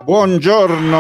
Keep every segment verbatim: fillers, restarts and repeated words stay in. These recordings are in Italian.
Buongiorno,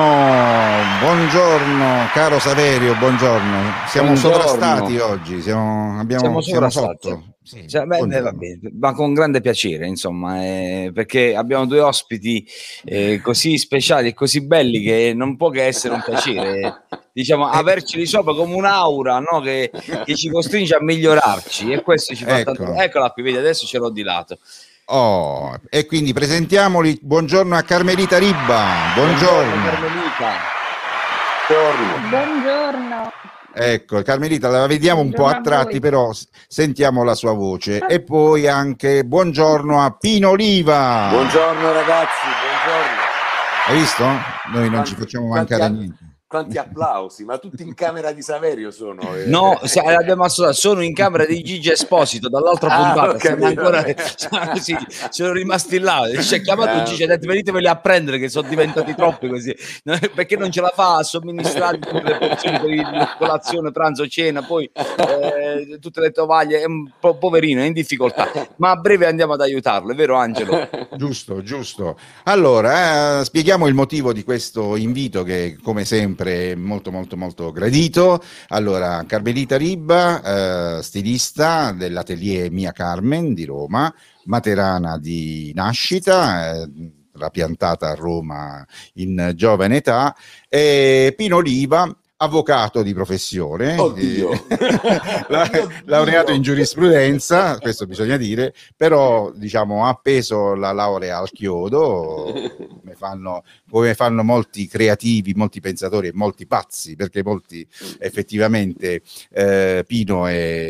buongiorno caro Saverio, buongiorno. Siamo buongiorno. sovrastati oggi, siamo, abbiamo, siamo, siamo sotto. Sì, cioè, beh, beh, va bene, ma con grande piacere, insomma, eh, perché abbiamo due ospiti eh, così speciali e così belli che non può che essere un piacere, diciamo, averceli sopra come un'aura, no? che, che ci costringe a migliorarci, e questo ci fa ecco. tanto. Eccola qui, vedi, adesso ce l'ho di lato. Oh, e quindi presentiamoli. Buongiorno a Carmelita Ribba. Buongiorno, buongiorno Carmelita. Buongiorno. Buongiorno. Ecco, Carmelita la vediamo un po' a tratti, però sentiamo la sua voce. E poi anche buongiorno a Pino Oliva. Buongiorno ragazzi, buongiorno. Hai visto? Noi non quanti, ci facciamo mancare quanti, niente. Quanti applausi, ma tutti in camera di Saverio sono. Eh. No, abbiamo associato, sono in camera di Gigi Esposito dall'altra ah, puntata. Siamo ancora, sono, sì, sono rimasti là. Ci ha chiamato ah, Gigi e ha detto veniteveli a prendere che sono diventati troppi così, perché non ce la fa a somministrare tutte le porzioni per il colazione, pranzo, cena, poi eh, tutte le tovaglie. È un po' poverino, è in difficoltà, ma a breve andiamo ad aiutarlo, è vero Angelo? Giusto, giusto. Allora, eh, spieghiamo il motivo di questo invito che come sempre molto molto molto gradito. Allora, Carmelita Ribba, eh, stilista dell'atelier Mia Carmen di Roma, materana di nascita, eh, trapiantata a Roma in giovane età, e Pino Oliva, avvocato di professione, Oddio. la, laureato in giurisprudenza, questo bisogna dire, però diciamo ha appeso la laurea al chiodo, come fanno, come fanno molti creativi, molti pensatori e molti pazzi, perché molti effettivamente eh, Pino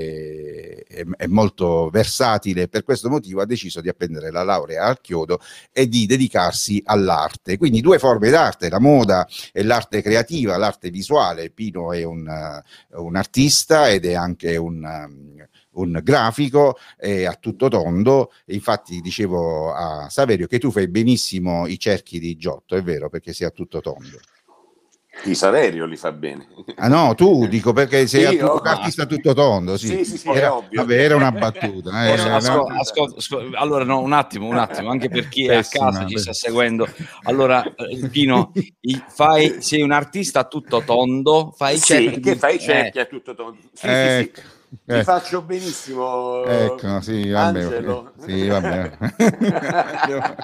è, è, è molto versatile, per questo motivo ha deciso di appendere la laurea al chiodo e di dedicarsi all'arte, quindi due forme d'arte, la moda e l'arte creativa, l'arte visuale. Pino è un, uh, un artista ed è anche un, um, un grafico, è a tutto tondo. Infatti dicevo a Saverio che tu fai benissimo i cerchi di Giotto, è vero, perché sei a tutto tondo. Di Saverio li fa bene. Ah no, tu dico perché sei Io, un artista a tutto tondo, sì. Sì, sì, sì, era, è ovvio. Vabbè, era una battuta. Eh, ascolta, ascolta, ascolta, ascolta, allora no, un attimo, un attimo, anche per chi è Pessima, a casa ci sta seguendo. Allora, Pino, fai, sei un artista a tutto tondo, fai sì, cerchi che di... fai cerchi eh. a tutto tondo. Sì, ecco. sì, sì. Ti eh. faccio benissimo, ecco, sì, vabbè, Angelo. Sì, vabbè. abbiamo,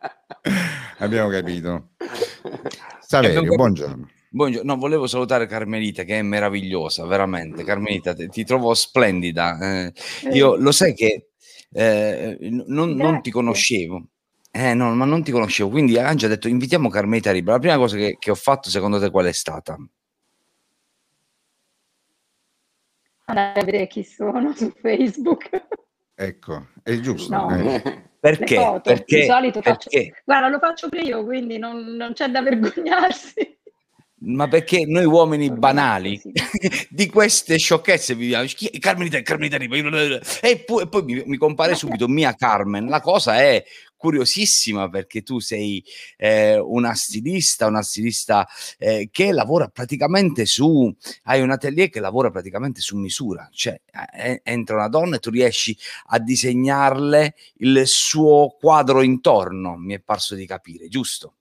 abbiamo capito. Saverio, buongiorno. Buongiorno, no, volevo salutare Carmelita che è meravigliosa, veramente. Carmelita, ti, ti trovo splendida. Eh, io lo sai che eh, non, non ti conoscevo. Eh no, ma non ti conoscevo, quindi Angia ha detto invitiamo Carmelita Ribba. La prima cosa che, che ho fatto, secondo te, qual è stata? Andare a vedere chi sono su Facebook. Ecco, è giusto. No. Eh. Perché? Foto, perché? Di solito faccio... Perché? Guarda, lo faccio pure io, quindi non, non c'è da vergognarsi. Ma perché noi uomini banali di queste sciocchezze viviamo? Carmelita, Carmelita Ribba, e poi, e poi mi, mi compare subito Mia Carmen. La cosa è curiosissima perché tu sei eh, una stilista, una stilista eh, che lavora praticamente su, hai un atelier che lavora praticamente su misura, cioè eh, entra una donna e tu riesci a disegnarle il suo quadro intorno, mi è parso di capire, giusto?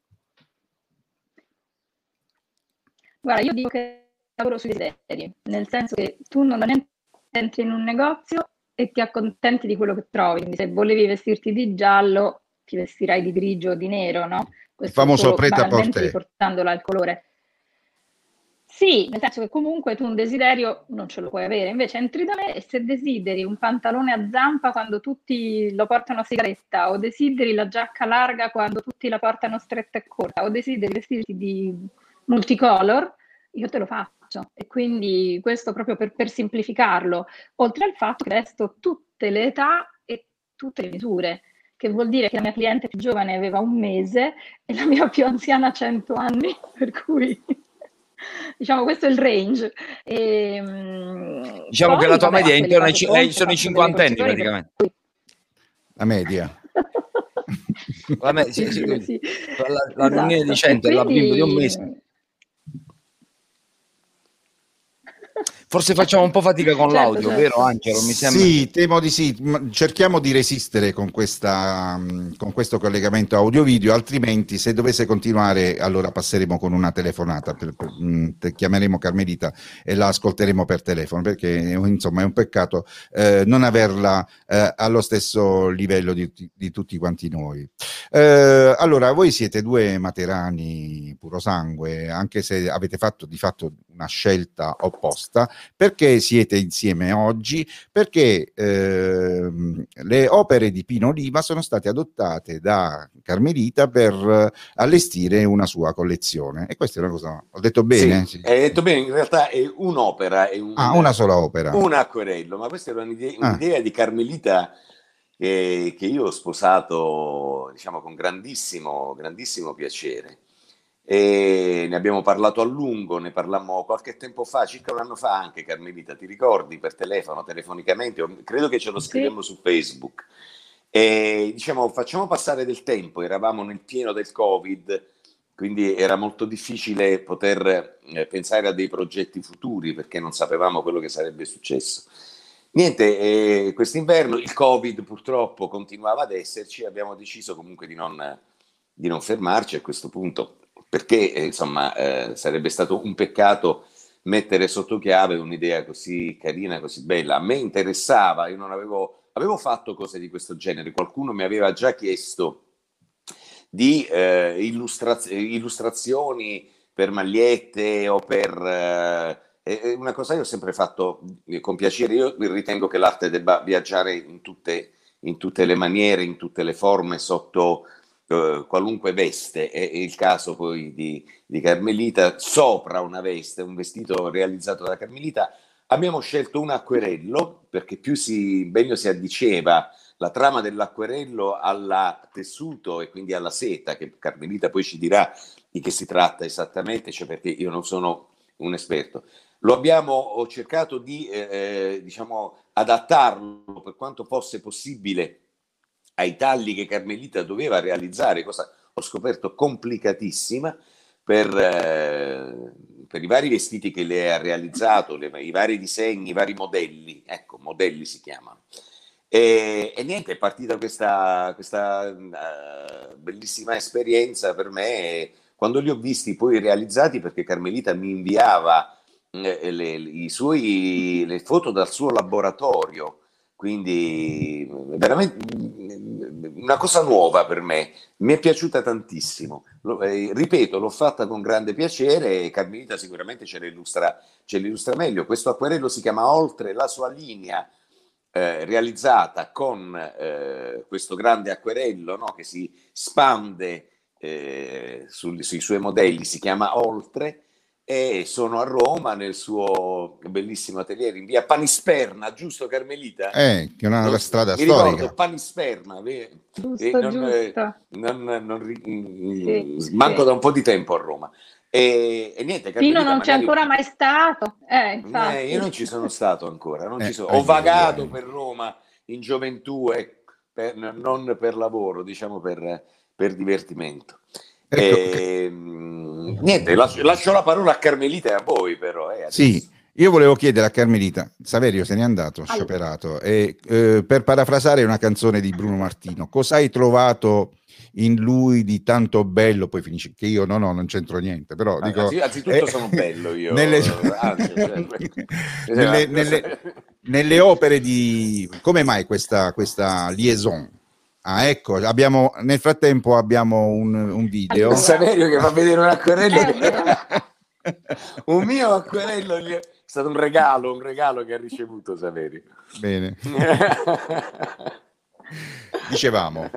Guarda, io dico che lavoro sui desideri, nel senso che tu normalmente entri in un negozio e ti accontenti di quello che trovi, quindi se volevi vestirti di giallo ti vestirai di grigio o di nero, no? Il Questo famoso prêt-à-porter, riportandolo al colore. Sì, nel senso che comunque tu un desiderio non ce lo puoi avere, invece entri da me e se desideri un pantalone a zampa quando tutti lo portano a sigaretta, o desideri la giacca larga quando tutti la portano stretta e corta, o desideri vestirti di multicolor, io te lo faccio. E quindi questo proprio per, per semplificarlo, oltre al fatto che vesto tutte le età e tutte le misure, che vuol dire che la mia cliente più giovane aveva un mese e la mia più anziana cento anni, per cui diciamo questo è il range. E, diciamo poi, che la tua vabbè, media è intorno ai pronte, sono i cinquantenni praticamente. Cui... La media. La, me- sì, sì, sì, sì. la, la nonnina Esatto. di cento e quindi... la bimba di un mese. Forse facciamo un po' fatica con Certo, l'audio, certo. vero Angelo? Mi sembra. Sì, temo di sì. Ma cerchiamo di resistere con, questa, mh, con questo collegamento audio-video, altrimenti se dovesse continuare allora passeremo con una telefonata, per, per, mh, te- chiameremo Carmelita e la ascolteremo per telefono, perché insomma è un peccato eh, non averla eh, allo stesso livello di, di tutti quanti noi. Eh, allora, voi siete due materani puro sangue, anche se avete fatto di fatto una scelta opposta. Perché siete insieme oggi? Perché ehm, le opere di Pino Oliva sono state adottate da Carmelita per eh, allestire una sua collezione. E questa è una cosa, ho detto bene? Sì, hai detto bene, in realtà è un'opera, è un, Ah, una sola opera. un acquerello, ma questa era un'idea, Ah. un'idea di Carmelita che, che io ho sposato, diciamo, con grandissimo, grandissimo piacere. E ne abbiamo parlato a lungo, ne parlammo qualche tempo fa, circa un anno fa anche, Carmelita, ti ricordi, per telefono, telefonicamente, o- credo che ce lo Sì. scrivemmo su Facebook. E diciamo, facciamo passare del tempo, eravamo nel pieno del Covid, quindi era molto difficile poter eh, pensare a dei progetti futuri perché non sapevamo quello che sarebbe successo. Niente, eh, quest'inverno il Covid purtroppo continuava ad esserci, abbiamo deciso comunque di non, di non fermarci a questo punto, perché eh, insomma eh, sarebbe stato un peccato mettere sotto chiave un'idea così carina, così bella. A me interessava, io non avevo, avevo fatto cose di questo genere, qualcuno mi aveva già chiesto di eh, illustraz- illustrazioni per magliette o per... eh, è una cosa che ho sempre fatto con piacere. Io ritengo che l'arte debba viaggiare in tutte, in tutte le maniere, in tutte le forme, sotto eh, qualunque veste. È, è il caso poi di, di Carmelita, sopra una veste, un vestito realizzato da Carmelita. Abbiamo scelto un acquerello perché più si, meglio si addiceva la trama dell'acquerello al tessuto e quindi alla seta, che Carmelita poi ci dirà di che si tratta esattamente, cioè perché io non sono un esperto. Lo abbiamo, ho cercato di eh, diciamo, adattarlo per quanto fosse possibile ai tagli che Carmelita doveva realizzare, cosa ho scoperto complicatissima, per, eh, per i vari vestiti che lei ha realizzato, le, i vari disegni, i vari modelli, ecco, modelli si chiamano. E, e niente, è partita questa, questa uh, bellissima esperienza per me, quando li ho visti poi realizzati, perché Carmelita mi inviava eh, le, i suoi, le foto dal suo laboratorio, quindi veramente una cosa nuova per me, mi è piaciuta tantissimo. Lo, eh, ripeto, l'ho fatta con grande piacere e Carmelita sicuramente ce l'illustra, ce l'illustra meglio. Questo acquerello si chiama Oltre la sua linea, eh, realizzata con eh, questo grande acquerello, no, che si spande eh, sul, sui suoi modelli, si chiama Oltre, e sono a Roma nel suo bellissimo atelier in via Panisperna, giusto Carmelita? Eh, che è una Non- strada mi storica. ricordo Panisperna, ve- Giusto, e non, eh, giusto. non- non ri- Sì, manco sì. da un po' di tempo a Roma. E, e niente, Pino Carmelita, non c'è magari... ancora mai stato. Eh, Eh, infatti. io non ci sono stato ancora, non ci Eh, sono. Ho ai, vagato ai, ai. per Roma in gioventù e per- non per lavoro, diciamo per, per divertimento. Ecco, che- E, mh, niente, lascio, lascio la parola a Carmelita e a voi però. Eh, adesso. sì, io volevo chiedere a Carmelita, Saverio se n'è andato, Allora. scioperato, e eh, per parafrasare una canzone di Bruno Martino, cosa hai trovato in lui di tanto bello? Poi finisce che io no, no, non c'entro niente, però dico... Anzi, anzitutto eh, sono bello io, nelle, anzi, cioè, nelle, nelle, nelle opere di... Come mai questa, questa liaison? Ah, ecco, abbiamo, nel frattempo abbiamo un, un video. Allora. Saverio che fa vedere un acquerello. Eh, che... un mio acquerello gli è stato un regalo, un regalo che ha ricevuto Saverio. Bene. Dicevamo.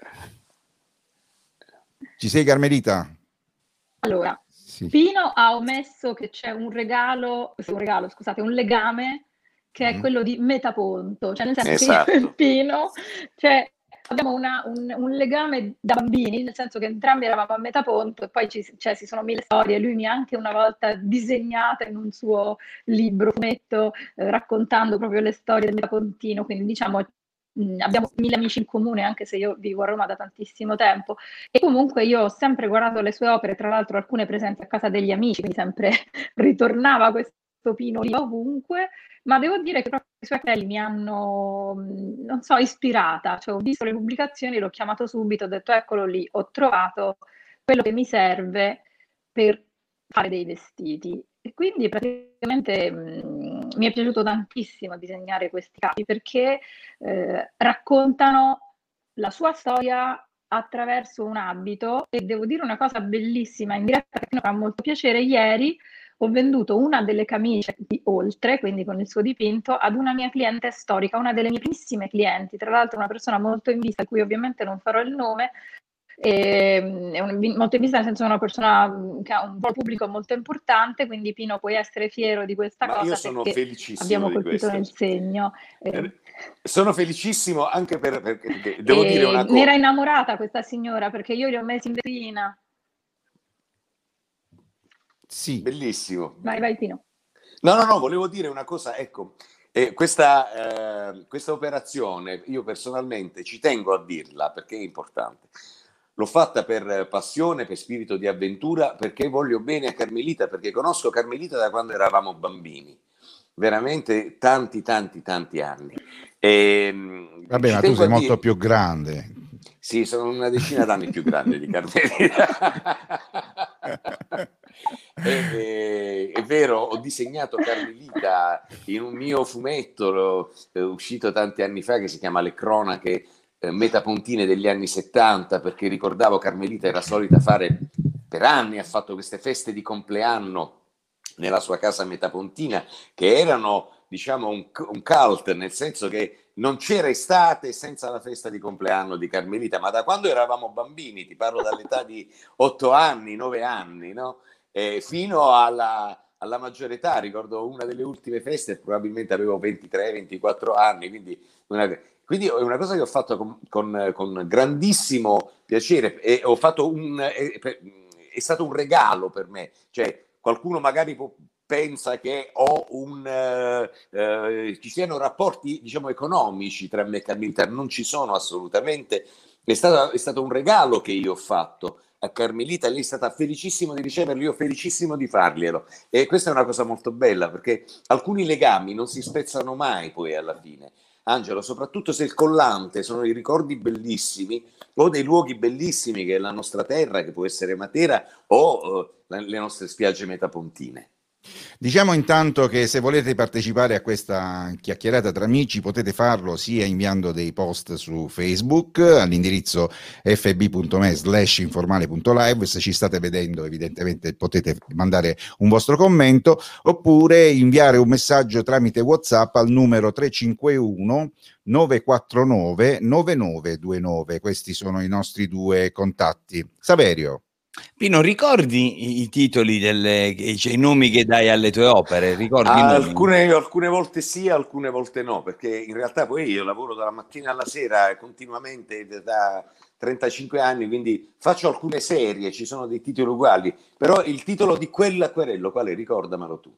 Ci sei, Carmelita? Allora, Sì. Pino ha omesso che c'è un regalo, un regalo, scusate, un legame che è Mm. quello di Metaponto, cioè nel senso Esatto. che io e Pino, cioè abbiamo una, un, un legame da bambini, nel senso che entrambi eravamo a Metaponto e poi ci, cioè, ci sono mille storie. Lui mi ha anche una volta disegnata in un suo libro, fumetto, eh, raccontando proprio le storie del Metapontino, quindi diciamo mh, abbiamo mille amici in comune, anche se io vivo a Roma da tantissimo tempo. E comunque io ho sempre guardato le sue opere, tra l'altro alcune presenti a casa degli amici, quindi sempre ritornava questa Pino lì ovunque, ma devo dire che proprio i suoi capelli mi hanno, non so, ispirata, cioè ho visto le pubblicazioni, l'ho chiamato subito, ho detto eccolo lì, ho trovato quello che mi serve per fare dei vestiti. E quindi praticamente mh, mi è piaciuto tantissimo disegnare questi capi perché eh, raccontano la sua storia attraverso un abito, e devo dire una cosa bellissima in diretta che mi fa molto piacere: ieri ho venduto una delle camicie di Oltre, quindi con il suo dipinto, ad una mia cliente storica, una delle mie primissime clienti, tra l'altro una persona molto in vista, di cui ovviamente non farò il nome. E, è un, molto in vista nel senso che è una persona che ha un pubblico molto importante, quindi Pino puoi essere fiero di questa Ma cosa, io sono felicissimo abbiamo di colpito questo. nel segno. Eh, sono felicissimo anche per, perché devo e dire una cosa. Ne era innamorata questa signora perché io li ho messi in vetrina. Sì. Bellissimo. Vai, vai Pino. No, no, no, volevo dire una cosa, ecco, eh, questa, eh, questa operazione io personalmente ci tengo a dirla perché è importante. L'ho fatta per passione, per spirito di avventura, perché voglio bene a Carmelita, perché conosco Carmelita da quando eravamo bambini, veramente tanti, tanti, tanti anni. E, vabbè, ma tu sei molto dire... più grande. Sì, sono una decina d'anni più grande di Carmelita. È, è, è vero, ho disegnato Carmelita in un mio fumetto lo, eh, uscito tanti anni fa, che si chiama Le cronache eh, metapontine degli anni settanta, perché ricordavo Carmelita era solita fare, per anni ha fatto queste feste di compleanno nella sua casa metapontina, che erano, diciamo, un, un cult, nel senso che non c'era estate senza la festa di compleanno di Carmelita, ma da quando eravamo bambini, ti parlo dall'età di otto anni, nove anni, no? Eh, fino alla, alla maggiore età. Ricordo una delle ultime feste, probabilmente avevo ventitré ventiquattro anni, quindi, una, quindi è una cosa che ho fatto con, con, con grandissimo piacere, e ho fatto un, è, è stato un regalo per me, cioè qualcuno magari può, pensa che ho un eh, eh, ci siano rapporti, diciamo, economici tra me e Carmelita. Non ci sono assolutamente. È stato, è stato un regalo che io ho fatto a Carmelita, lei è stata felicissima di riceverlo, io felicissimo di farglielo, e questa è una cosa molto bella, perché alcuni legami non si spezzano mai poi alla fine, Angelo, soprattutto se il collante sono i ricordi bellissimi o dei luoghi bellissimi che è la nostra terra, che può essere Matera o uh, le nostre spiagge metapontine. Diciamo intanto che se volete partecipare a questa chiacchierata tra amici potete farlo sia inviando dei post su Facebook all'indirizzo fb.me slash informale.live, se ci state vedendo evidentemente potete mandare un vostro commento, oppure inviare un messaggio tramite WhatsApp al numero tre cinque uno nove quattro nove nove nove due nove. Questi sono i nostri due contatti. Saverio. Pino, ricordi i titoli delle, cioè, i nomi che dai alle tue opere? Ricordi alcune, alcune volte sì, alcune volte no, perché in realtà poi io lavoro dalla mattina alla sera continuamente da trentacinque anni, quindi faccio alcune serie, ci sono dei titoli uguali, però il titolo di quell'acquerello, quale? Ricordamelo tu.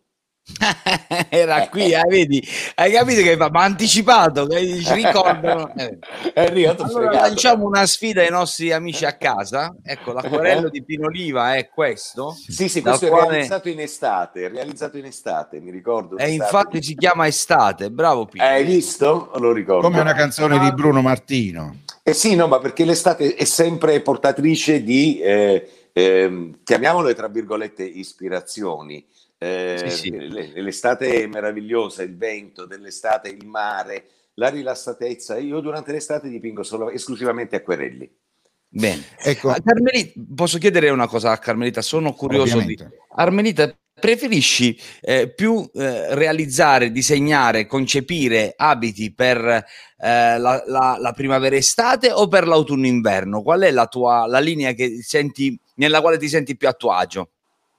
Era qui, eh, vedi, hai capito che va, ma anticipato, che ci ricordano. Eh. È arrivato allora fregato. Lanciamo una sfida ai nostri amici a casa. Ecco, l'acquerello di Pino Oliva è questo. Sì, sì, questo è quale... realizzato in estate, è realizzato in estate, mi ricordo. E infatti si chiama Estate, bravo Pino. Hai visto? Lo ricordo. Come una canzone di Bruno Martino. Eh sì, no, ma perché l'estate è sempre portatrice di, eh, eh, chiamiamole tra virgolette, ispirazioni. Eh, sì, sì. L'estate è meravigliosa, il vento dell'estate, il mare, la rilassatezza. Io durante l'estate dipingo solo esclusivamente acquerelli. Bene, ecco. Carmelita, posso chiedere una cosa a Carmelita? Sono curioso Ovviamente. di Carmelita, preferisci eh, più eh, realizzare, disegnare, concepire abiti per eh, la, la, la primavera-estate o per l'autunno-inverno? Qual è la tua la linea che senti, nella quale ti senti più a tuo agio?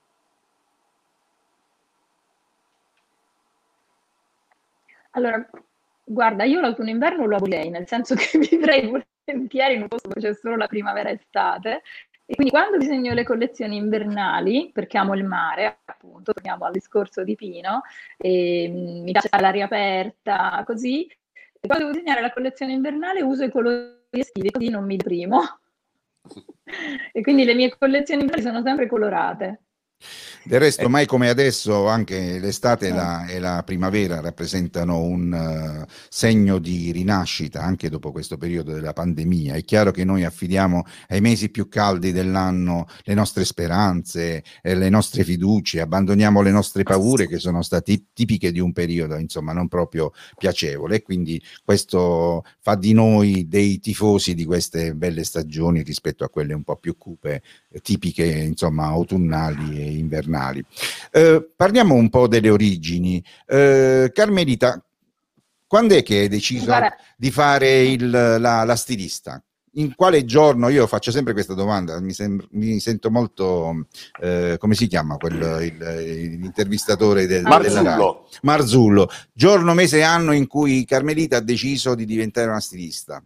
Allora, guarda, io l'autunno-inverno lo abolirei, nel senso che vivrei volentieri in un posto dove c'è solo la primavera-estate, e quindi quando disegno le collezioni invernali, perché amo il mare, appunto, torniamo al discorso di Pino, e mi piace stare all'aria aperta, così, e quando devo disegnare la collezione invernale uso i colori estivi, così non mi deprimo. E quindi le mie collezioni invernali sono sempre colorate. Del resto, mai come adesso, anche l'estate e la, e la primavera rappresentano un uh, segno di rinascita, anche dopo questo periodo della pandemia. È chiaro che noi affidiamo ai mesi più caldi dell'anno le nostre speranze, e le nostre fiducie, abbandoniamo le nostre paure, che sono state tipiche di un periodo, insomma, non proprio piacevole. E quindi questo fa di noi dei tifosi di queste belle stagioni rispetto a quelle un po' più cupe, tipiche, insomma, autunnali e invernali. Eh, parliamo un po' delle origini. Eh, Carmelita, quando è che hai deciso Guarda. di fare il, la, la stilista? In quale giorno? Io faccio sempre questa domanda, mi, sem- mi sento molto, eh, come si chiama quel, il, l'intervistatore del, Marzullo. della Rai? Marzullo. Giorno, mese e anno in cui Carmelita ha deciso di diventare una stilista.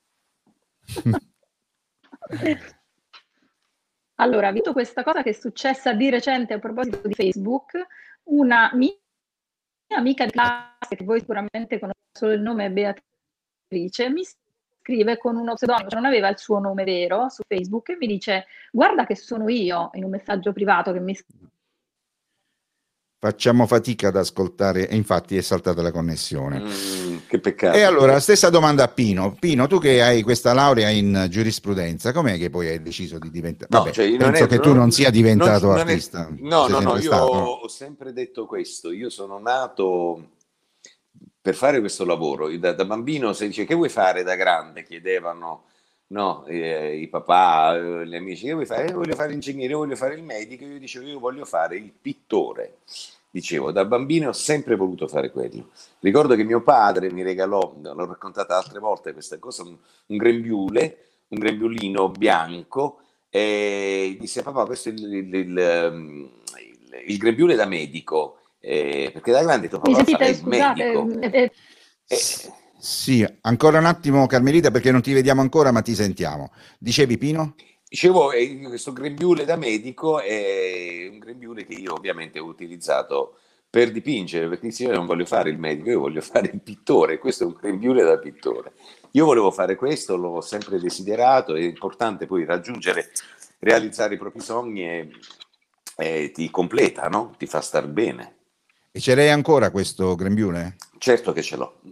Allora, visto questa cosa che è successa di recente a proposito di Facebook, una mia amica di classe, che voi sicuramente conoscete solo il nome, è Beatrice, mi scrive con uno pseudonimo, cioè non aveva il suo nome vero su Facebook, e mi dice: guarda che sono io, in un messaggio privato che mi scrive. Facciamo fatica ad ascoltare, e infatti è saltata la connessione. Mm, che peccato. E allora, stessa domanda a Pino. Pino, tu che hai questa laurea in giurisprudenza, com'è che poi hai deciso di diventare? No, Vabbè, cioè, penso è, che non, tu non sia diventato non, artista. Non è, no, no, no, io stato. ho sempre detto questo. Io sono nato per fare questo lavoro. Da, da bambino, se dice che vuoi fare da grande, chiedevano, no, eh, i papà, eh, gli amici, che vuoi fare? Io voglio fare l'ingegnere, io voglio fare il medico. Io dicevo, io voglio fare il pittore. Dicevo, da bambino ho sempre voluto fare quello. Ricordo che mio padre mi regalò, l'ho raccontata altre volte questa cosa, un, un grembiule, un grembiulino bianco, e disse: papà, questo è il, il, il, il, il grembiule da medico, eh, perché da grande tuo papà fa il medico. Eh, eh. Sì, ancora un attimo Carmelita, perché non ti vediamo ancora ma ti sentiamo. Dicevi, Pino? Dicevo, eh, questo grembiule da medico è un grembiule che io ovviamente ho utilizzato per dipingere, perché io non voglio fare il medico, io voglio fare il pittore. Questo è un grembiule da pittore. Io volevo fare questo, l'ho sempre desiderato. È importante poi raggiungere, realizzare i propri sogni, e, e ti completa, no? Ti fa star bene. E ce l'hai ancora questo grembiule? Certo che ce l'ho.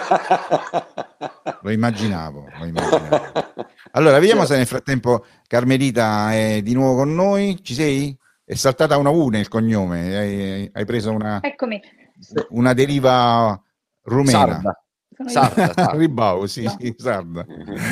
Lo immaginavo, lo immaginavo. Allora, vediamo certo. se nel frattempo Carmelita è di nuovo con noi. Ci sei? È saltata una U nel cognome. Hai, hai preso una, Eccomi. una deriva rumena. Sarda. Sarda, sarda. Ribau, sì, no. sì, sarda.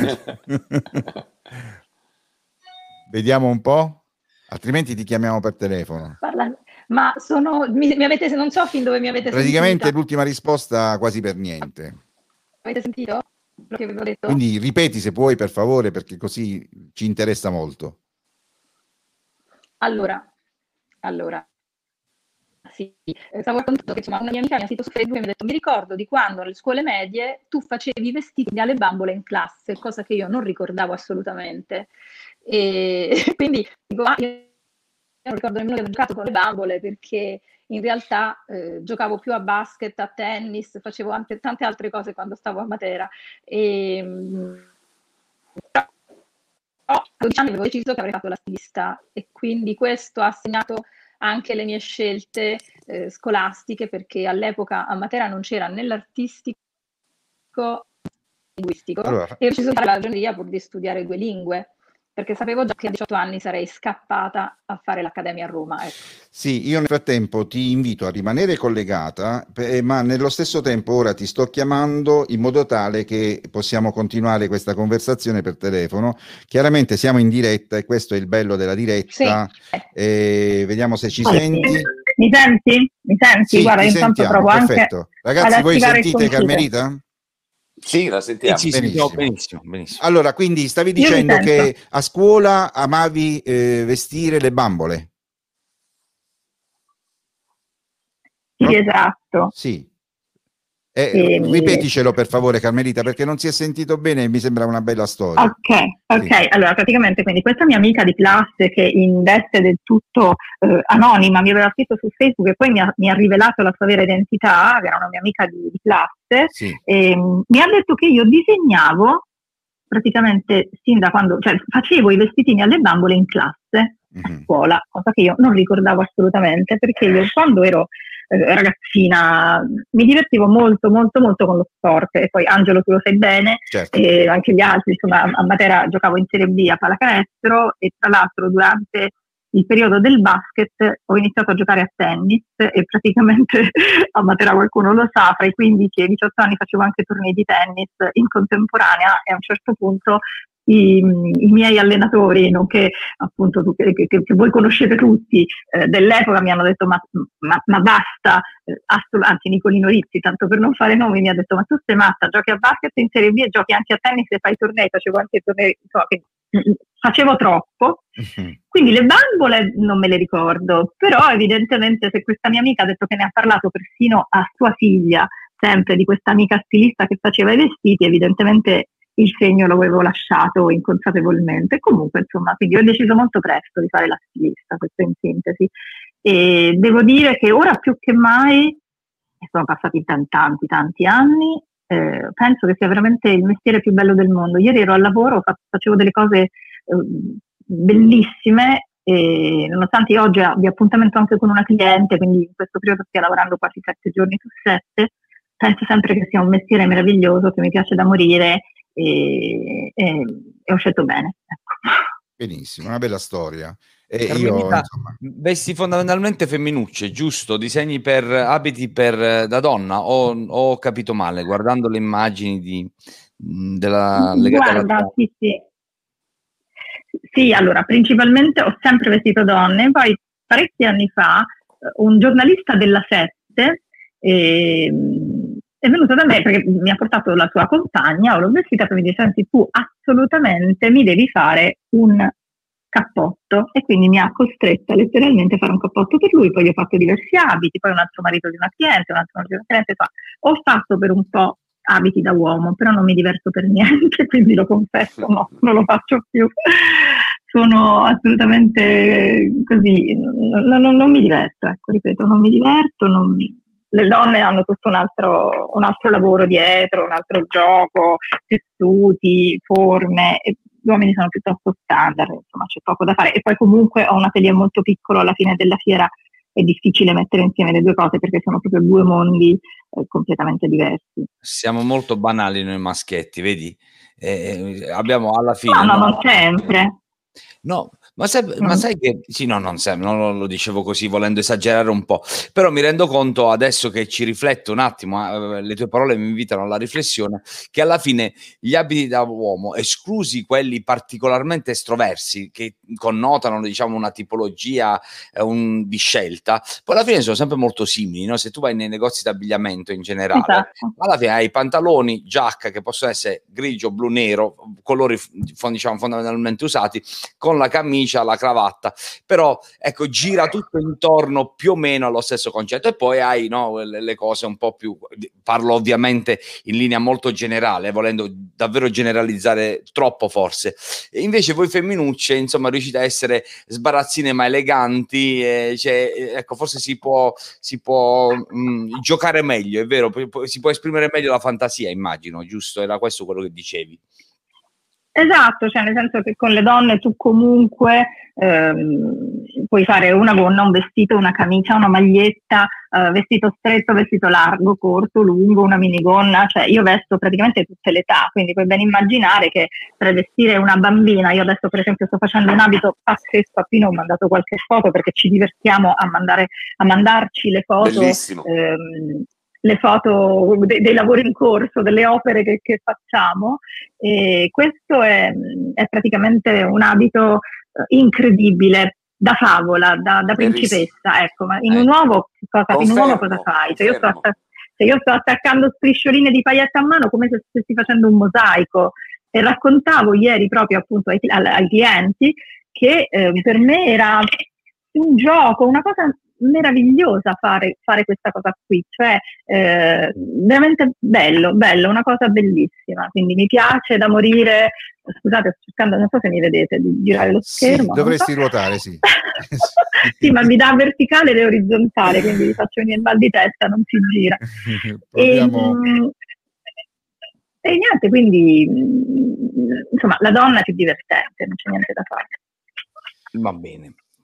Vediamo un po'. Altrimenti ti chiamiamo per telefono. Parla... Ma sono, mi, mi avete, non so fin dove mi avete Praticamente sentita. l'ultima risposta quasi per niente. Avete sentito quello che avevo detto? Quindi ripeti se puoi, per favore, perché così ci interessa molto. Allora, allora, sì, stavo raccontando che insomma, una mia amica mi ha scritto su Facebook e mi ha detto: mi ricordo di quando alle scuole medie tu facevi i vestiti alle bambole in classe, cosa che io non ricordavo assolutamente. E quindi dico, ah, io non ricordo nemmeno che ho giocato con le bambole, perché in realtà eh, giocavo più a basket, a tennis, facevo anche tante altre cose quando stavo a Matera. E, però a dodici anni avevo deciso che avrei fatto la stilista, e quindi questo ha segnato anche le mie scelte eh, scolastiche, perché all'epoca a Matera non c'era né l'artistico né linguistico, Allora. e ho deciso di fare la ragioneria pur di studiare due lingue, perché sapevo già che a diciotto anni sarei scappata a fare l'accademia a Roma. Ecco. Sì, io nel frattempo ti invito a rimanere collegata, ma nello stesso tempo ora ti sto chiamando in modo tale che possiamo continuare questa conversazione per telefono. Chiaramente siamo in diretta e questo è il bello della diretta. Sì. E vediamo se ci allora, senti. Mi senti? Mi senti? Sì, guarda, ti intanto sentiamo, provo perfetto. anche Ragazzi, voi sentite Carmelita? Sì, la sentiamo. Sì, sì, benissimo. benissimo, benissimo. Allora, quindi stavi dicendo che a scuola amavi eh, vestire le bambole? Sì, no? Esatto. Sì. Eh, e... Ripeticelo per favore, Carmelita, perché non si è sentito bene e mi sembra una bella storia. Ok, ok. Sì. Allora, praticamente, quindi questa mia amica di classe, che in veste del tutto eh, anonima mi aveva scritto su Facebook e poi mi ha, mi ha rivelato la sua vera identità, che era una mia amica di, di classe, sì. e, um, mi ha detto che io disegnavo praticamente sin da quando, cioè facevo i vestitini alle bambole in classe. a scuola, cosa che io non ricordavo assolutamente, perché io quando ero eh, ragazzina mi divertivo molto molto molto con lo sport, e poi Angelo tu lo sai bene, certo. E anche gli altri, insomma a Matera giocavo in Serie B a pallacanestro, e tra l'altro durante il periodo del basket ho iniziato a giocare a tennis, e praticamente a Matera, qualcuno lo sa, fra i quindici e i diciotto anni facevo anche tornei di tennis in contemporanea, e a un certo punto I, i miei allenatori, nonché appunto tu, che, che, che voi conoscete tutti, eh, dell'epoca, mi hanno detto ma, ma, ma basta, eh, assolut- anzi Nicolino Rizzi, tanto per non fare nomi, mi ha detto ma tu sei matta, giochi a basket in Serie B e giochi anche a tennis e fai tornei, facevo anche tornei, insomma, che, mm, facevo troppo, quindi le bambole non me le ricordo, però evidentemente se questa mia amica ha detto che ne ha parlato persino a sua figlia, sempre di questa amica stilista che faceva i vestiti, evidentemente il segno lo avevo lasciato inconsapevolmente. Comunque, insomma, quindi ho deciso molto presto di fare la stilista, questo in sintesi. E devo dire che ora più che mai, e sono passati tanti, tanti anni, eh, penso che sia veramente il mestiere più bello del mondo. Ieri ero al lavoro, facevo delle cose eh, bellissime, e nonostante io oggi abbia appuntamento anche con una cliente, quindi in questo periodo stia lavorando quasi sette giorni su sette, penso sempre che sia un mestiere meraviglioso, che mi piace da morire, E, e, e ho scelto bene, ecco. Benissimo, una bella storia. E Carmelita, io, insomma, vesti fondamentalmente femminucce, giusto? Disegni per abiti per da donna, o ho capito male guardando le immagini di, della legata alla Guarda, sì, sì. Sì, allora, principalmente ho sempre vestito donne, poi parecchi anni fa un giornalista della Sette eh, è venuto da me perché mi ha portato la sua compagna, l'ho vestita e mi dice: senti, tu assolutamente mi devi fare un cappotto, e quindi mi ha costretta letteralmente a fare un cappotto per lui. Poi gli ho fatto diversi abiti, poi un altro marito di una cliente, un altro marito di una cliente, fa. Ho fatto per un po' abiti da uomo, però non mi diverto per niente, quindi lo confesso, no, non lo faccio più. Sono assolutamente così, non, non, non mi diverto, ecco, ripeto, non mi diverto, non mi... Le donne hanno tutto un altro, un altro lavoro dietro, un altro gioco, tessuti, forme, e gli uomini sono piuttosto standard, insomma c'è poco da fare. E poi comunque ho un atelier molto piccolo, alla fine della fiera è difficile mettere insieme le due cose perché sono proprio due mondi eh, completamente diversi. Siamo molto banali noi maschietti, vedi? Eh, abbiamo alla fine... No, no, no, non sempre. No, ma sai, ma sai che sì, no, non sempre, non lo dicevo così volendo esagerare un po', però mi rendo conto adesso che ci rifletto un attimo, eh, le tue parole mi invitano alla riflessione, che alla fine gli abiti da uomo, esclusi quelli particolarmente estroversi che connotano, diciamo, una tipologia eh, un, di scelta, poi alla fine sono sempre molto simili, no? Se tu vai nei negozi d'abbigliamento in generale, esatto. Alla fine hai pantaloni, giacca che possono essere grigio, blu, nero, colori diciamo fondamentalmente usati, con la camicia, la cravatta, però ecco gira tutto intorno più o meno allo stesso concetto. E poi hai no, le, le cose un po' più, parlo ovviamente in linea molto generale, volendo davvero generalizzare troppo forse, e invece voi femminucce insomma riuscite a essere sbarazzine ma eleganti, eh, cioè, ecco forse si può, si può mh, giocare meglio, è vero, si può esprimere meglio la fantasia, immagino, giusto? Era questo quello che dicevi. Esatto, cioè nel senso che con le donne tu comunque ehm, puoi fare una gonna, un vestito, una camicia, una maglietta, eh, vestito stretto, vestito largo, corto, lungo, una minigonna, cioè io vesto praticamente tutte le età, quindi puoi ben immaginare che per vestire una bambina, io adesso per esempio sto facendo un abito pazzesco, a Pino ho mandato qualche foto perché ci divertiamo a, mandare, a mandarci le foto. Ehm, le foto dei, dei lavori in corso, delle opere che, che facciamo, e questo è, è praticamente un abito incredibile, da favola, da, da principessa, ecco, ma in un uovo cosa, in un uovo cosa fai? Se io, sto attac- se io sto attaccando striscioline di paillette a mano, come se stessi facendo un mosaico. E raccontavo ieri proprio appunto ai, ai clienti che eh, per me era un gioco, una cosa meravigliosa fare, fare questa cosa qui, cioè eh, veramente bello, bello, una cosa bellissima, quindi mi piace da morire. Scusate, sto cercando, non so se mi vedete, di girare lo schermo. Sì, dovresti so. ruotare, sì. Sì, ma mi dà verticale ed orizzontale, quindi vi faccio venire il mal di testa, non si gira. Proviamo... E, e niente, quindi insomma la donna è più divertente, non c'è niente da fare. Va bene.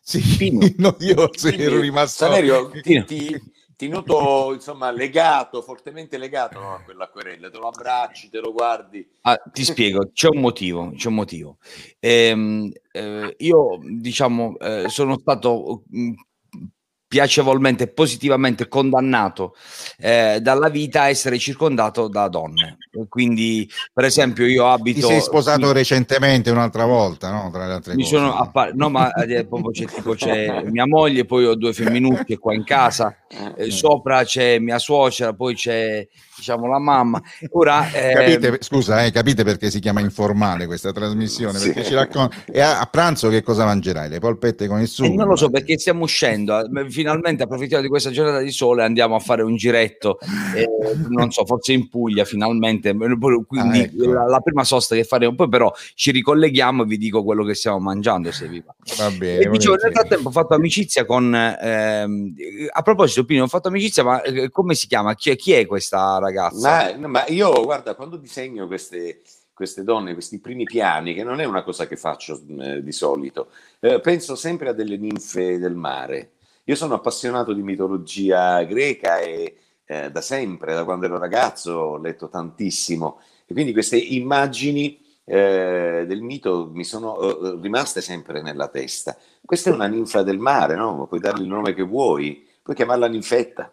Sì, no, io Quindi, ero rimasto... Saverio, ti, ti, ti noto insomma legato, fortemente legato, no, a quella querela, te lo abbracci, te lo guardi. Ah, ti spiego, c'è un motivo, c'è un motivo. Ehm, eh, io, diciamo, eh, sono stato mh, piacevolmente e positivamente condannato eh, dalla vita a essere circondato da donne. Quindi, per esempio, io abito... Ti sei sposato qui, recentemente un'altra volta, no? Tra le altre mi cose. sono appa- no, ma eh, proprio c'è tipo c'è mia moglie, poi ho due femminucce qua in casa, eh, sopra c'è mia suocera, poi c'è, diciamo, la mamma. Ora Capite, ehm, scusa, eh, capite perché si chiama informale questa trasmissione? Sì. Perché ci racconta. E a, a pranzo che cosa mangerai? Le polpette con il E sugo? non lo so, immagino. perché stiamo uscendo, eh, finalmente approfittiamo di questa giornata di sole, andiamo a fare un giretto, eh, non so, forse in Puglia finalmente, quindi Ah, ecco. la, la prima sosta che faremo, poi però ci ricolleghiamo e vi dico quello che stiamo mangiando, se vi va. Va bene, E dicevo, nel volentieri. frattempo ho fatto amicizia con, ehm, a proposito, Pino, ho fatto amicizia, ma eh, come si chiama? Chi è, chi è questa ragazza? Ma, ma io, guarda, quando disegno queste, queste donne, questi primi piani, che non è una cosa che faccio eh, di solito, eh, penso sempre a delle ninfe del mare. Io sono appassionato di mitologia greca e eh, da sempre, da quando ero ragazzo, ho letto tantissimo. E quindi queste immagini eh, del mito mi sono eh, rimaste sempre nella testa. Questa è una ninfa del mare, no? Puoi dargli il nome che vuoi, puoi chiamarla ninfetta.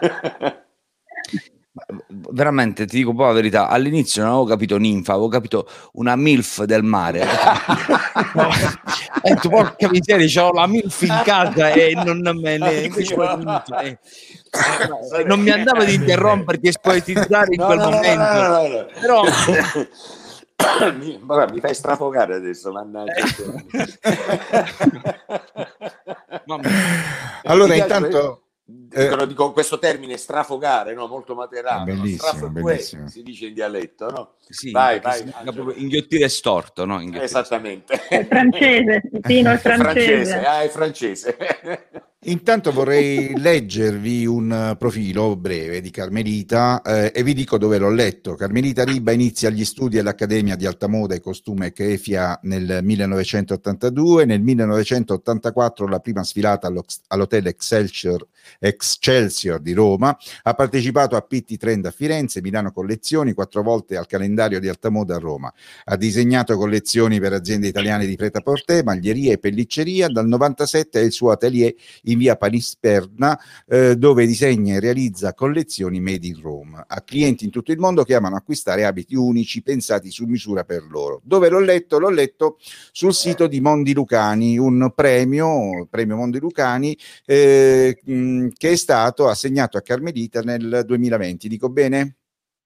Veramente, ti dico un po' la verità, all'inizio non avevo capito ninfa, avevo capito una milf del mare. No, ho detto, porca miseria, c'ho la milf in casa e non me ne... invece poi comincio, eh, eh, non mi andava di interromperti e spoetizzare in No, quel no, no, momento, no, no, no. però... mi, vabbè, mi fai strafogare adesso, mannaggia. Mamma. Allora, Mi piace, intanto... dicono, Eh, dico questo termine strafogare, no? Molto è materato, no? bellissimo, Strafe bellissimo. si dice in dialetto, no? Sì, Vai, perché vai, significa Angelo. proprio inghiottire storto, no? Inghiottire storto. Esattamente. È francese, Pino è È francese, francese. ah, è francese. Intanto vorrei leggervi un profilo breve di Carmelita eh, e vi dico dove l'ho letto. Carmelita Riba inizia gli studi all'Accademia di Alta Moda e Costume Kefia nel millenovecentottantadue, nel millenovecentottantaquattro la prima sfilata all'Hotel Excelsior, Excelsior di Roma, ha partecipato a Pitti Trend a Firenze, Milano Collezioni, quattro volte al calendario di Alta Moda a Roma. Ha disegnato collezioni per aziende italiane di prêt-à-porter, maglieria e pellicceria. Dal novantasette è il suo atelier in via Panisperna, eh, dove disegna e realizza collezioni made in Rome a clienti in tutto il mondo che amano acquistare abiti unici pensati su misura per loro. Dove l'ho letto? L'ho letto sul sito di Mondi Lucani, un premio, premio Mondi Lucani, eh, mh, che è stato assegnato a Carmelita nel duemilaventi. Dico bene?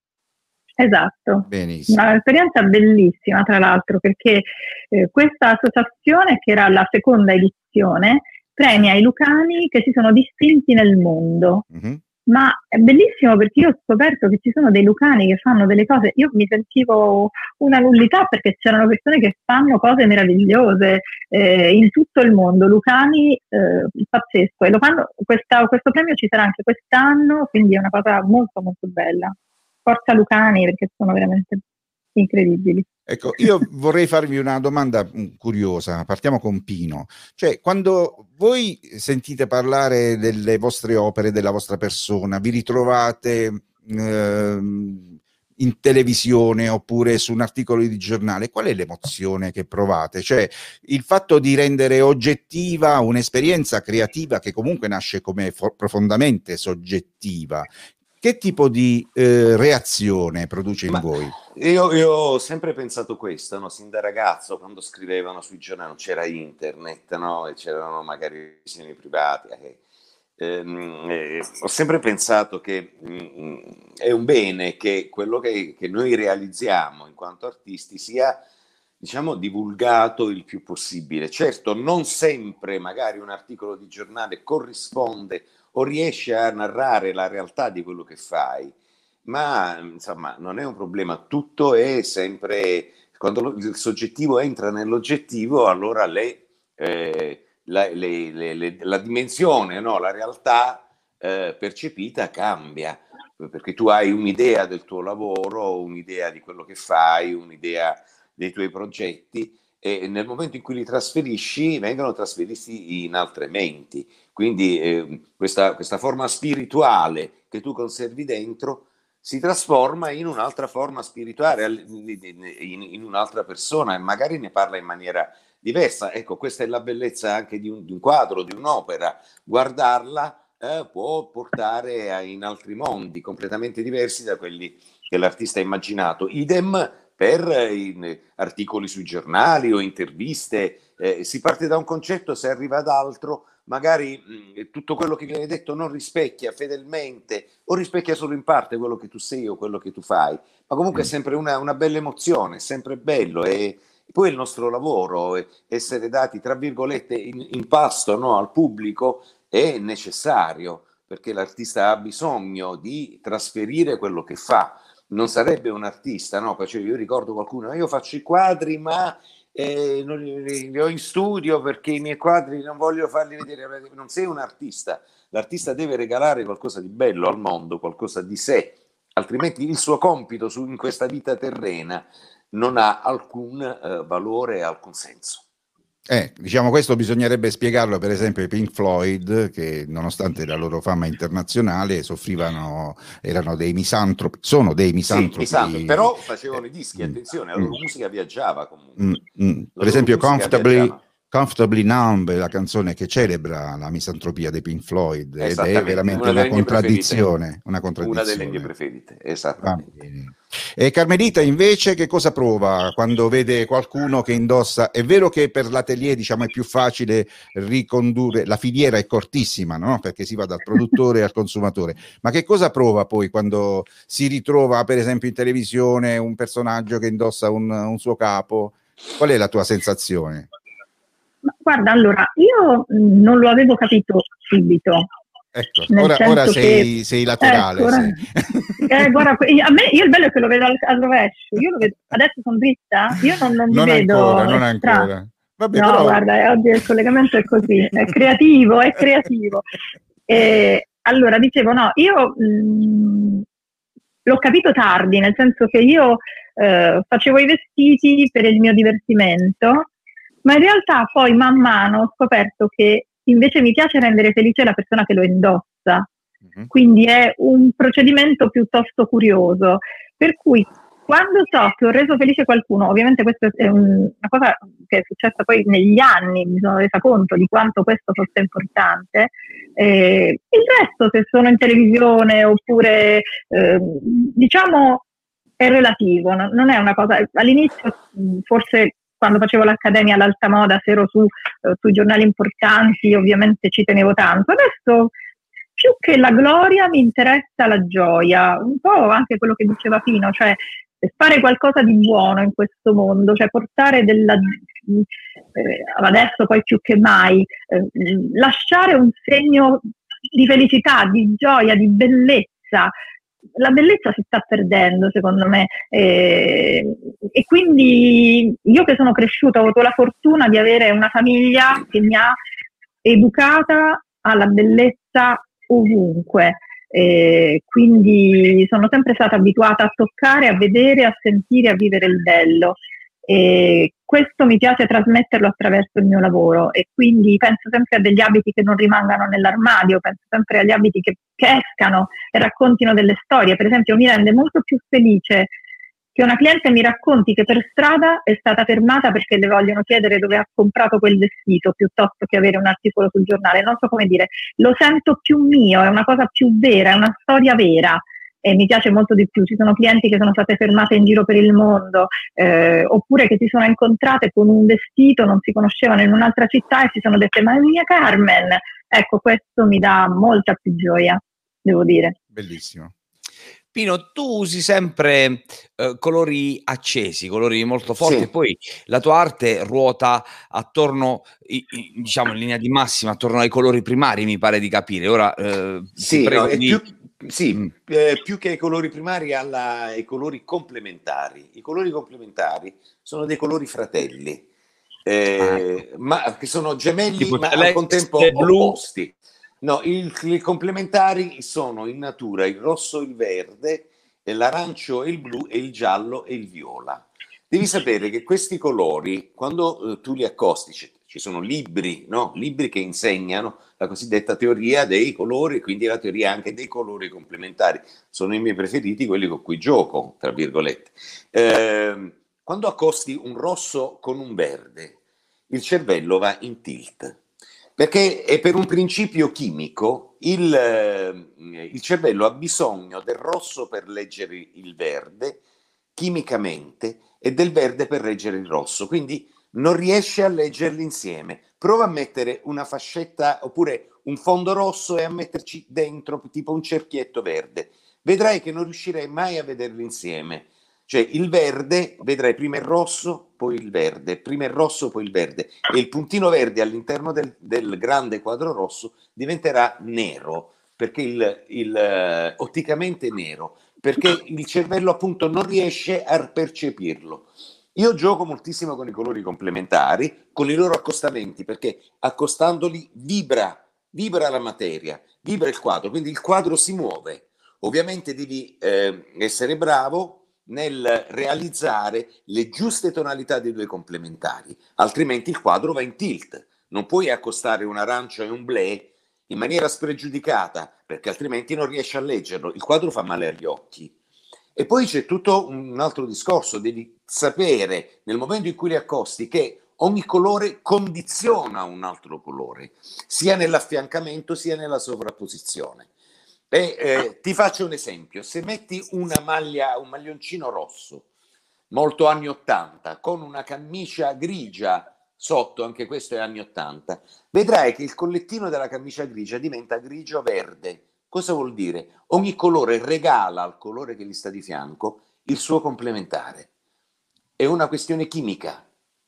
Esatto, Benissimo. un'esperienza bellissima tra l'altro, perché eh, questa associazione, che era la seconda edizione, premia i lucani che si sono distinti nel mondo. Mm-hmm. Ma è bellissimo perché io ho scoperto che ci sono dei lucani che fanno delle cose, io mi sentivo una nullità perché c'erano persone che fanno cose meravigliose eh, in tutto il mondo, lucani eh, pazzesco, e lo fanno, questa, questo premio ci sarà anche quest'anno, quindi è una cosa molto molto bella. Forza lucani, perché sono veramente incredibili. Ecco, io vorrei farvi una domanda curiosa, partiamo con Pino. Cioè, quando voi sentite parlare delle vostre opere, della vostra persona, vi ritrovate eh, in televisione oppure su un articolo di giornale, qual è l'emozione che provate? Cioè, il fatto di rendere oggettiva un'esperienza creativa che comunque nasce come for- profondamente soggettiva. Che tipo di eh, reazione produce in Ma voi? Io, io ho sempre pensato questo, no? Sin da ragazzo, quando scrivevano sui giornali, non c'era internet, no? E c'erano magari visioni private. Eh, ehm, eh, ho sempre pensato che mh, è un bene che quello che, che noi realizziamo in quanto artisti sia, diciamo, divulgato il più possibile. Certo, non sempre magari un articolo di giornale corrisponde o riesce a narrare la realtà di quello che fai, ma insomma non è un problema, tutto è sempre, quando lo, il soggettivo entra nell'oggettivo, allora le, eh, la, le, le, le, la dimensione, no? La realtà eh, percepita cambia, perché tu hai un'idea del tuo lavoro, un'idea di quello che fai, un'idea dei tuoi progetti, e nel momento in cui li trasferisci vengono trasferiti in altre menti. Quindi eh, questa, questa forma spirituale che tu conservi dentro si trasforma in un'altra forma spirituale, in, in un'altra persona, e magari ne parla in maniera diversa. Ecco, questa è la bellezza anche di un, di un quadro, di un'opera. Guardarla eh, può portare a, in altri mondi completamente diversi da quelli che l'artista ha immaginato. Idem per in, articoli sui giornali o interviste. Eh, si parte da un concetto, si arriva ad altro, magari mh, tutto quello che viene detto non rispecchia fedelmente o rispecchia solo in parte quello che tu sei o quello che tu fai, ma comunque è sempre una, una bella emozione, è sempre bello. E poi il nostro lavoro, è essere dati tra virgolette in, in pasto, no, al pubblico, è necessario, perché l'artista ha bisogno di trasferire quello che fa. Non sarebbe un artista, no? Cioè, io ricordo qualcuno, io faccio i quadri ma eh, non li, li ho in studio perché i miei quadri non voglio farli vedere. Non sei un artista, l'artista deve regalare qualcosa di bello al mondo, qualcosa di sé, altrimenti il suo compito su, in questa vita terrena non ha alcun eh, valore, alcun senso. Eh, diciamo, questo bisognerebbe spiegarlo per esempio ai Pink Floyd, che nonostante la loro fama internazionale soffrivano, erano dei misantropi, sono dei misantropi. Sì, misantropi, però facevano i dischi, attenzione, la loro mm. musica viaggiava comunque. Mm, mm. Per esempio Comfortably, Comfortably Numb è la canzone che celebra la misantropia dei Pink Floyd, ed è veramente una, una contraddizione, una contraddizione. Una delle mie preferite, esattamente. E Carmelita invece che cosa prova quando vede qualcuno che indossa? È vero che per l'atelier, diciamo, è più facile ricondurre, la filiera è cortissima, no? Perché si va dal produttore al consumatore, ma che cosa prova poi quando si ritrova per esempio in televisione un personaggio che indossa un, un suo capo? Qual è la tua sensazione? Ma guarda, allora, io non lo avevo capito subito. Ecco, ora, ora sei, che, sei laterale. Ecco, sei. Eh, guarda, a me, io il bello è che lo vedo al, al rovescio. Io lo vedo, adesso sono dritta, io non, non, non mi vedo. Ancora, non ancora. Vabbè, no, però... guarda, oggi il collegamento è così, è creativo, è creativo. E, allora, dicevo, no, io mh, l'ho capito tardi, nel senso che io eh, facevo i vestiti per il mio divertimento, ma in realtà poi man mano ho scoperto che invece mi piace rendere felice la persona che lo indossa, uh-huh. Quindi è un procedimento piuttosto curioso, per cui quando so che ho reso felice qualcuno, ovviamente questa è un, una cosa che è successa poi negli anni, mi sono resa conto di quanto questo fosse importante, eh, il resto, se sono in televisione oppure eh, diciamo è relativo, no? Non è una cosa, all'inizio forse quando facevo l'accademia all'alta moda, se ero su, eh, sui giornali importanti, ovviamente ci tenevo tanto. Adesso più che la gloria mi interessa la gioia, un po' anche quello che diceva Pino, cioè fare qualcosa di buono in questo mondo, cioè portare della, eh, adesso poi più che mai, eh, lasciare un segno di felicità, di gioia, di bellezza. La bellezza si sta perdendo secondo me, eh, e quindi io che sono cresciuta ho avuto la fortuna di avere una famiglia che mi ha educata alla bellezza ovunque, eh, quindi sono sempre stata abituata a toccare, a vedere, a sentire, a vivere il bello, e questo mi piace trasmetterlo attraverso il mio lavoro, e quindi penso sempre a degli abiti che non rimangano nell'armadio, penso sempre agli abiti che, che escano e raccontino delle storie. Per esempio mi rende molto più felice che una cliente mi racconti che per strada è stata fermata perché le vogliono chiedere dove ha comprato quel vestito, piuttosto che avere un articolo sul giornale. Non so come dire, lo sento più mio, è una cosa più vera, è una storia vera. E mi piace molto di più. Ci sono clienti che sono state fermate in giro per il mondo, eh, oppure che si sono incontrate con un vestito, non si conoscevano, in un'altra città, e si sono dette ma è mia Carmen. Ecco, questo mi dà molta più gioia, devo dire. Bellissimo. Pino, tu usi sempre eh, colori accesi, colori molto forti, sì. E poi la tua arte ruota attorno, i, i, diciamo in linea di massima, attorno ai colori primari, mi pare di capire. Ora eh, sì, ti prego no, è di... più... Sì, mm. eh, più che ai colori primari, alla, ai colori complementari. I colori complementari sono dei colori fratelli, eh, ah. ma che sono gemelli, tipo ma al contempo opposti. No, il, i complementari sono in natura il rosso e il verde, e l'arancio e il blu, e il giallo e il viola. Devi sapere che questi colori, quando eh, tu li accosti, c- ci sono libri, no? Libri che insegnano la cosiddetta teoria dei colori, quindi la teoria anche dei colori complementari. Sono i miei preferiti, quelli con cui gioco, tra virgolette. Eh, quando accosti un rosso con un verde, il cervello va in tilt, perché è per un principio chimico il, eh, il cervello ha bisogno del rosso per leggere il verde, chimicamente, e del verde per leggere il rosso, quindi non riesce a leggerli insieme. Prova a mettere una fascetta oppure un fondo rosso e a metterci dentro tipo un cerchietto verde. Vedrai che non riuscirei mai a vederli insieme. Cioè il verde, vedrai prima il rosso, poi il verde, prima il rosso, poi il verde, e il puntino verde all'interno del, del grande quadro rosso diventerà nero, perché il, il uh, otticamente nero, perché il cervello appunto non riesce a percepirlo. Io gioco moltissimo con i colori complementari, con i loro accostamenti, perché accostandoli vibra, vibra la materia, vibra il quadro, quindi il quadro si muove. Ovviamente devi eh, essere bravo nel realizzare le giuste tonalità dei due complementari, altrimenti il quadro va in tilt. Non puoi accostare un arancio e un blé in maniera spregiudicata, perché altrimenti non riesci a leggerlo. Il quadro fa male agli occhi. E poi c'è tutto un altro discorso, devi sapere nel momento in cui li accosti che ogni colore condiziona un altro colore, sia nell'affiancamento sia nella sovrapposizione. E, eh, ti faccio un esempio: se metti una maglia, un maglioncino rosso, molto anni ottanta, con una camicia grigia sotto, anche questo è anni ottanta, vedrai che il collettino della camicia grigia diventa grigio-verde. Cosa vuol dire? Ogni colore regala al colore che gli sta di fianco il suo complementare. È una questione chimica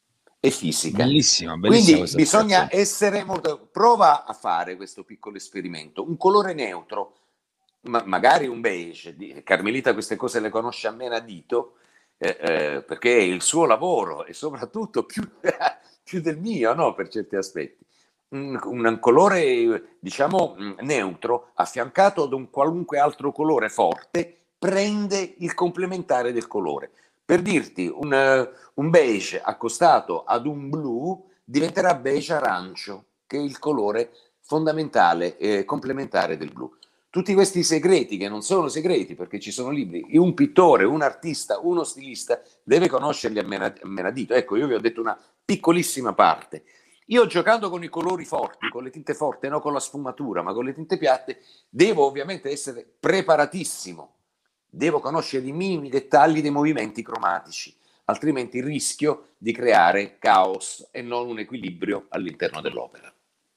e fisica. Bellissima, bellissima. Quindi bisogna essere molto... Prova a fare questo piccolo esperimento. Un colore neutro, ma magari un beige. Carmelita queste cose le conosce a meno a dito, eh, eh, perché è il suo lavoro e soprattutto più, più del mio, no? Per certi aspetti. Un, un colore, diciamo, neutro, affiancato da un qualunque altro colore forte, prende il complementare del colore. Per dirti, un, un beige accostato ad un blu diventerà beige arancio, che è il colore fondamentale e complementare del blu. Tutti questi segreti, che non sono segreti perché ci sono libri, un pittore, un artista, uno stilista deve conoscerli a menadito. Ecco, io vi ho detto una piccolissima parte. Io, giocando con i colori forti, con le tinte forti, non con la sfumatura, ma con le tinte piatte, devo ovviamente essere preparatissimo. Devo conoscere i minimi dettagli dei movimenti cromatici, altrimenti rischio di creare caos e non un equilibrio all'interno dell'opera.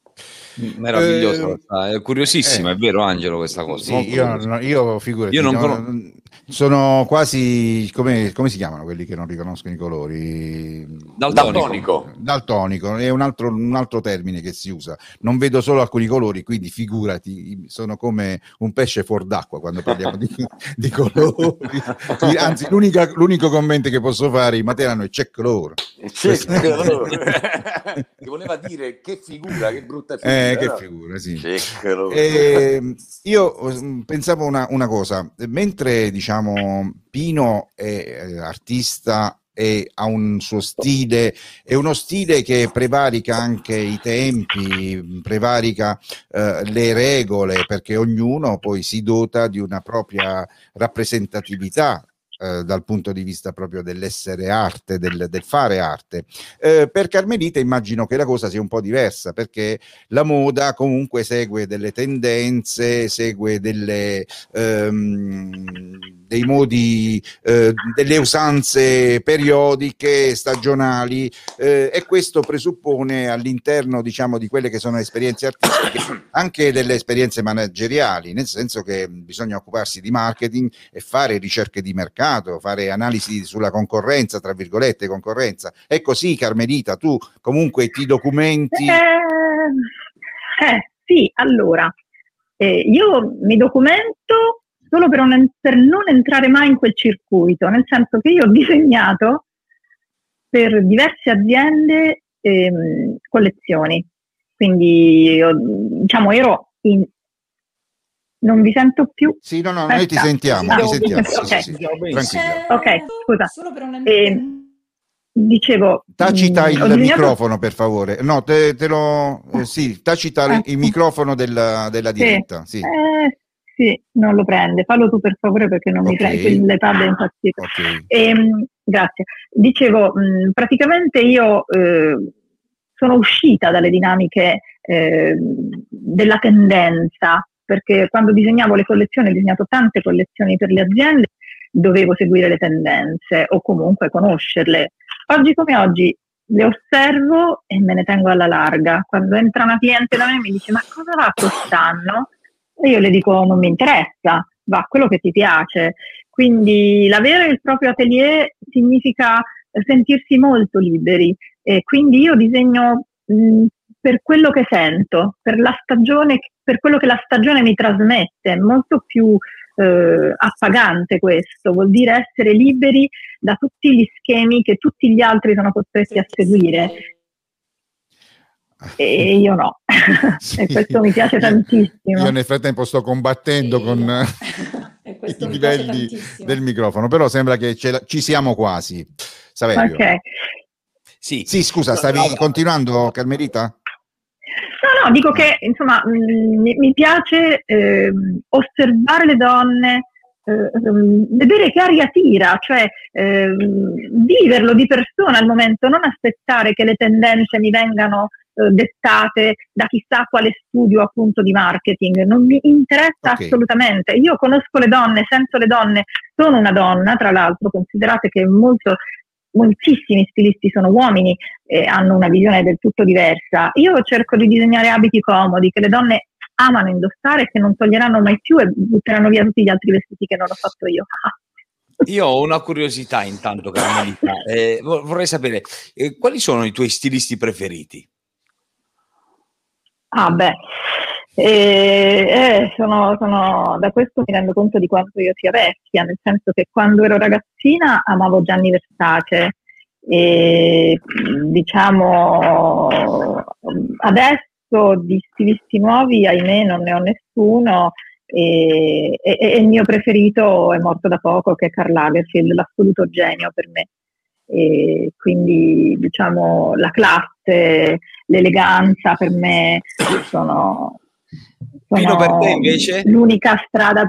Meraviglioso, eh, è curiosissima, eh, è vero Angelo questa cosa? Sì, io, no, io figurati, io non no, con... sono quasi, come, come si chiamano quelli che non riconoscono i colori? Daltonico. Daltonico, è un altro, un altro termine che si usa. Non vedo solo alcuni colori, quindi figurati, sono come un pesce fuor d'acqua quando parliamo di, di colori. Anzi, l'unica, l'unico commento che posso fare in Materano è check color. Check color. Che voleva dire che figura, che brutta figura. Eh, che no? figura, sì. Eh, io pensavo una, una cosa, mentre diciamo Pino è eh, artista e ha un suo stile, è uno stile che prevarica anche i tempi, prevarica eh, le regole, perché ognuno poi si dota di una propria rappresentatività eh, dal punto di vista proprio dell'essere arte, del, del fare arte. Eh, per Carmelita immagino che la cosa sia un po' diversa, perché la moda comunque segue delle tendenze, segue delle ehm, dei modi, eh, delle usanze periodiche, stagionali, eh, e questo presuppone all'interno, diciamo, di quelle che sono esperienze artistiche anche delle esperienze manageriali, nel senso che bisogna occuparsi di marketing e fare ricerche di mercato, fare analisi sulla concorrenza, tra virgolette, concorrenza. È così, Carmelita, tu comunque ti documenti? Eh, eh sì, allora, eh, io mi documento solo per, un, per non entrare mai in quel circuito, nel senso che io ho disegnato per diverse aziende ehm, collezioni, quindi io, diciamo ero in... Non vi sento più? Sì, no, no, noi ti sentiamo, ah, ti sentiamo. Okay. Sì, sì, sì. Tranquilla. Ok, scusa. Solo per un... Eh, dicevo... Tacita mh, il ho disegnato... microfono, per favore. No, te, te lo... Eh, sì, tacita Ah, il microfono della, della sì. diretta. Sì. Eh, sì, non lo prende. Fallo tu per favore perché non mi Ok. prende. L'iPad è impazzito. Ok. Ehm, grazie. Dicevo, mh, praticamente io eh, sono uscita dalle dinamiche eh, della tendenza, perché quando disegnavo le collezioni, ho disegnato tante collezioni per le aziende, dovevo seguire le tendenze o comunque conoscerle. Oggi come oggi le osservo e me ne tengo alla larga. Quando entra una cliente da me e mi dice: ma cosa va quest'anno? E io le dico: non mi interessa, va quello che ti piace. Quindi l'avere il proprio atelier significa sentirsi molto liberi, e quindi io disegno mh, per quello che sento, per la stagione, per quello che la stagione mi trasmette. È molto più eh, appagante questo, vuol dire essere liberi da tutti gli schemi che tutti gli altri sono costretti a seguire. E io no. Sì. E questo mi piace io, tantissimo. Io nel frattempo sto combattendo sì, con no. i livelli del microfono, però sembra che ce la, ci siamo quasi. Saverio. Ok. Sì. Sì, scusa, stavi no, no, continuando, Carmelita? No, no, dico no. che insomma mh, mi piace eh, osservare le donne, eh, vedere che aria tira, cioè eh, viverlo di persona al momento, non aspettare che le tendenze mi vengano eh, dettate da chissà quale studio appunto di marketing. Non mi interessa okay. assolutamente. Io conosco le donne, sento le donne, sono una donna, tra l'altro, considerate che molto moltissimi stilisti sono uomini e hanno una visione del tutto diversa. Io cerco di disegnare abiti comodi che le donne amano indossare e che non toglieranno mai più e butteranno via tutti gli altri vestiti che non ho fatto io. Io ho una curiosità intanto, Carmelita. Eh, vorrei sapere eh, quali sono i tuoi stilisti preferiti? Ah beh, eh, eh, sono, sono, da questo mi rendo conto di quanto io sia vecchia, nel senso che quando ero ragazzina amavo Gianni Versace e diciamo adesso di stilisti nuovi ahimè non ne ho nessuno e, e, e il mio preferito è morto da poco, che è Karl Lagerfeld, l'assoluto genio per me. E quindi diciamo la classe, l'eleganza per me sono, sono Pino, per te invece? l'unica strada.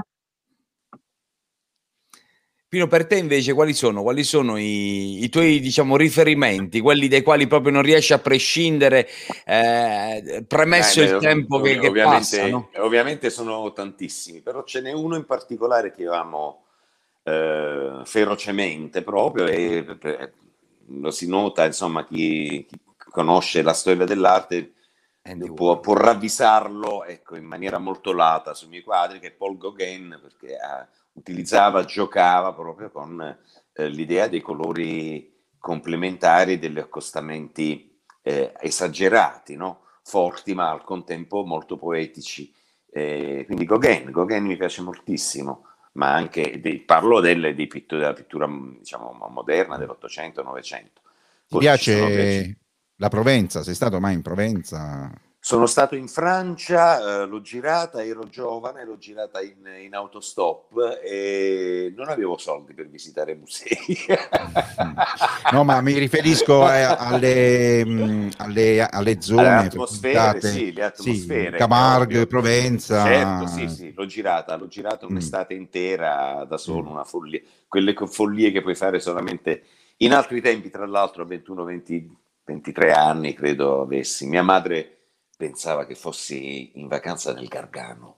Pino, per te invece quali sono? Quali sono i, i tuoi diciamo riferimenti, quelli dai quali proprio non riesci a prescindere, eh, premesso eh, beh, il tempo ov- che, che ovviamente, passa, no? Ovviamente sono tantissimi, però ce n'è uno in particolare che io amo eh, ferocemente proprio e eh, lo si nota, insomma, chi, chi conosce la storia dell'arte può, può ravvisarlo, ecco, in maniera molto lata sui miei quadri, che è Paul Gauguin, perché eh, utilizzava, giocava proprio con eh, l'idea dei colori complementari, degli accostamenti eh, esagerati, no? Forti ma al contempo molto poetici. Eh, quindi Gauguin, Gauguin mi piace moltissimo, ma anche dei, parlo delle, dei pittori, della pittura diciamo moderna dell'Ottocento, Novecento. Ti piace la Provenza? Sei stato mai in Provenza? Sono stato in Francia, eh, l'ho girata, ero giovane, l'ho girata in, in autostop e non avevo soldi per visitare musei. No, ma mi riferisco a, alle, mh, alle, alle zone, alle atmosfere, sì, le atmosfere. Sì, Camargue, Provenza. Certo, sì, sì, l'ho girata, l'ho girata un'estate mm. intera da solo, mm. una follia. Quelle follie che puoi fare solamente in altri tempi, tra l'altro a ventuno venti, ventitré anni credo avessi. Mia madre pensava che fossi in vacanza nel Gargano.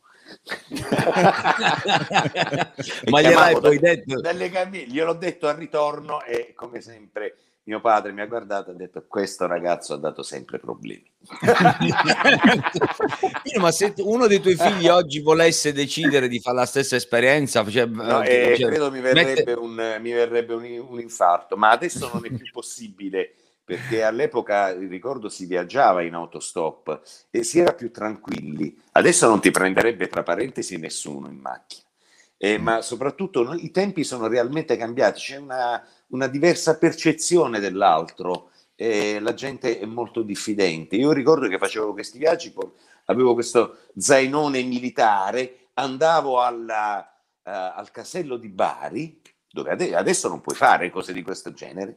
Ma gliel'hai poi da, detto? Dalle Camille, gliel'ho detto al ritorno e come sempre mio padre mi ha guardato e ha detto: questo ragazzo ha dato sempre problemi. Ma se uno dei tuoi figli oggi volesse decidere di fare la stessa esperienza, cioè, no, eh, cioè, credo mi verrebbe, mette... un, mi verrebbe un, un infarto, ma adesso non è più possibile, perché all'epoca, ricordo, si viaggiava in autostop e si era più tranquilli. Adesso non ti prenderebbe, tra parentesi, nessuno in macchina. Eh, ma soprattutto no, i tempi sono realmente cambiati, c'è una, una diversa percezione dell'altro, eh, la gente è molto diffidente. Io ricordo che facevo questi viaggi, avevo questo zainone militare, andavo alla, uh, al casello di Bari, dove ade- adesso non puoi fare cose di questo genere,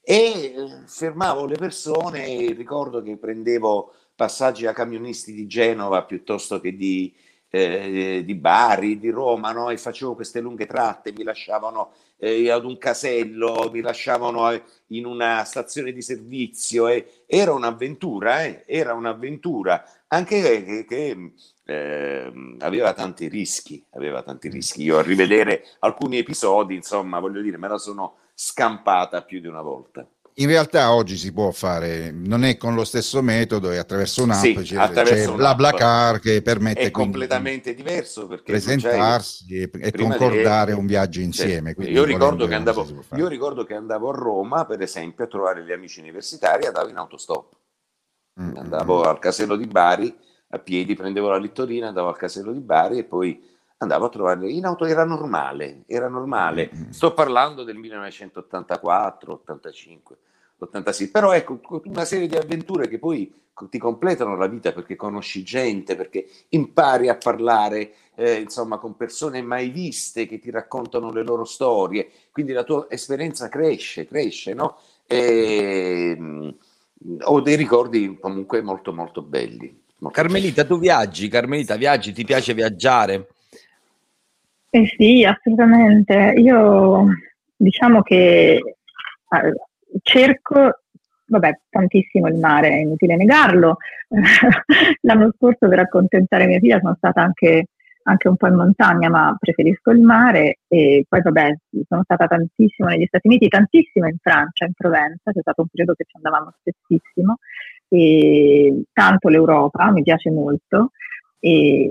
e fermavo le persone. Ricordo che prendevo passaggi a camionisti di Genova piuttosto che di, eh, di Bari, di Roma, no? E facevo queste lunghe tratte, mi lasciavano eh, ad un casello, mi lasciavano in una stazione di servizio, e era un'avventura, eh? Era un'avventura anche che, che eh, aveva tanti rischi, aveva tanti rischi. Io a rivedere alcuni episodi, insomma, voglio dire, me la sono scampata più di una volta. In realtà oggi si può fare, non è con lo stesso metodo, e attraverso un'app, sì, c'è, attraverso c'è BlaBlaCar che permette è completamente diverso, perché presentarsi e, e concordare di... un viaggio insieme. Cioè, io, ricordo che andavo, io ricordo che andavo a Roma, per esempio, a trovare gli amici universitari, andavo in autostop. Mm-hmm. Andavo al casello di Bari a piedi, prendevo la littorina, andavo al casello di Bari e poi andavo a trovarli in auto. Era normale, era normale. Mm-hmm. Sto parlando del millenovecentottantaquattro, ottantacinque, ottantasei, però ecco, una serie di avventure che poi ti completano la vita, perché conosci gente, perché impari a parlare eh, insomma con persone mai viste che ti raccontano le loro storie, quindi la tua esperienza cresce, cresce, no? E, mh, ho dei ricordi comunque molto molto belli. Molto Carmelita, belli. tu viaggi? Carmelita, viaggi? Ti piace viaggiare? Eh sì, assolutamente. Io diciamo che eh, cerco, vabbè, tantissimo il mare, è inutile negarlo. L'anno scorso, per accontentare mia figlia, sono stata anche, anche un po' in montagna, ma preferisco il mare. E poi vabbè, sono stata tantissimo negli Stati Uniti, tantissimo in Francia, in Provenza, c'è stato un periodo che ci andavamo spessissimo, e tanto l'Europa mi piace molto. E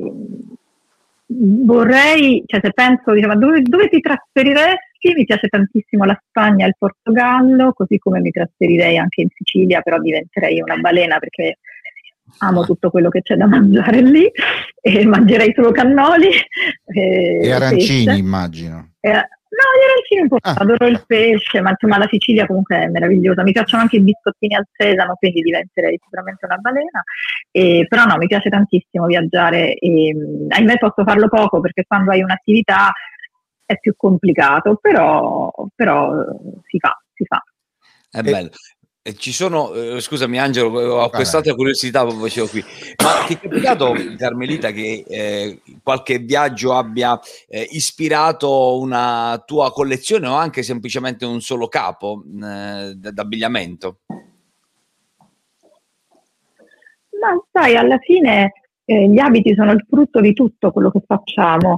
vorrei, cioè se penso, diciamo, dove, dove ti trasferiresti? Mi piace tantissimo la Spagna e il Portogallo, così come mi trasferirei anche in Sicilia, però diventerei una balena perché amo tutto quello che c'è da mangiare lì, e mangerei solo cannoli e, e arancini, pesce. Immagino. E, no, gli arancini un po', ah. adoro il pesce, ma insomma la Sicilia comunque è meravigliosa. Mi piacciono anche i biscottini al sesamo, quindi diventerei sicuramente una balena. E, però no, mi piace tantissimo viaggiare, e ahimè posso farlo poco perché quando hai un'attività è più complicato, però, però si fa, si fa. È bello. E ci sono, eh, scusami Angelo, ho quest'altra curiosità, facevo qui, ma ti è capitato, Carmelita, che eh, qualche viaggio abbia eh, ispirato una tua collezione, o anche semplicemente un solo capo eh, d'abbigliamento? Ma sai, alla fine eh, gli abiti sono il frutto di tutto quello che facciamo,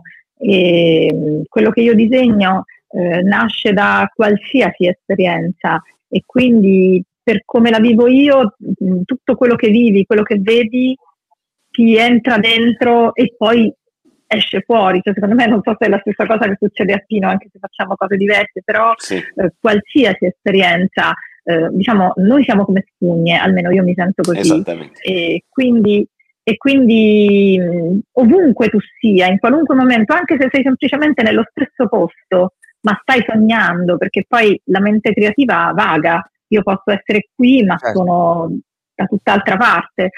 e quello che io disegno eh, nasce da qualsiasi esperienza, e quindi per come la vivo io, tutto quello che vivi, quello che vedi ti entra dentro e poi esce fuori. Cioè, secondo me, non so se è la stessa cosa che succede a Pino, anche se facciamo cose diverse, però sì. eh, qualsiasi esperienza, eh, diciamo, noi siamo come spugne, almeno io mi sento così. Esattamente. E quindi, e quindi mh, ovunque tu sia, in qualunque momento, anche se sei semplicemente nello stesso posto, ma stai sognando, perché poi la mente creativa vaga. Io posso essere qui, ma certo. sono da tutt'altra parte,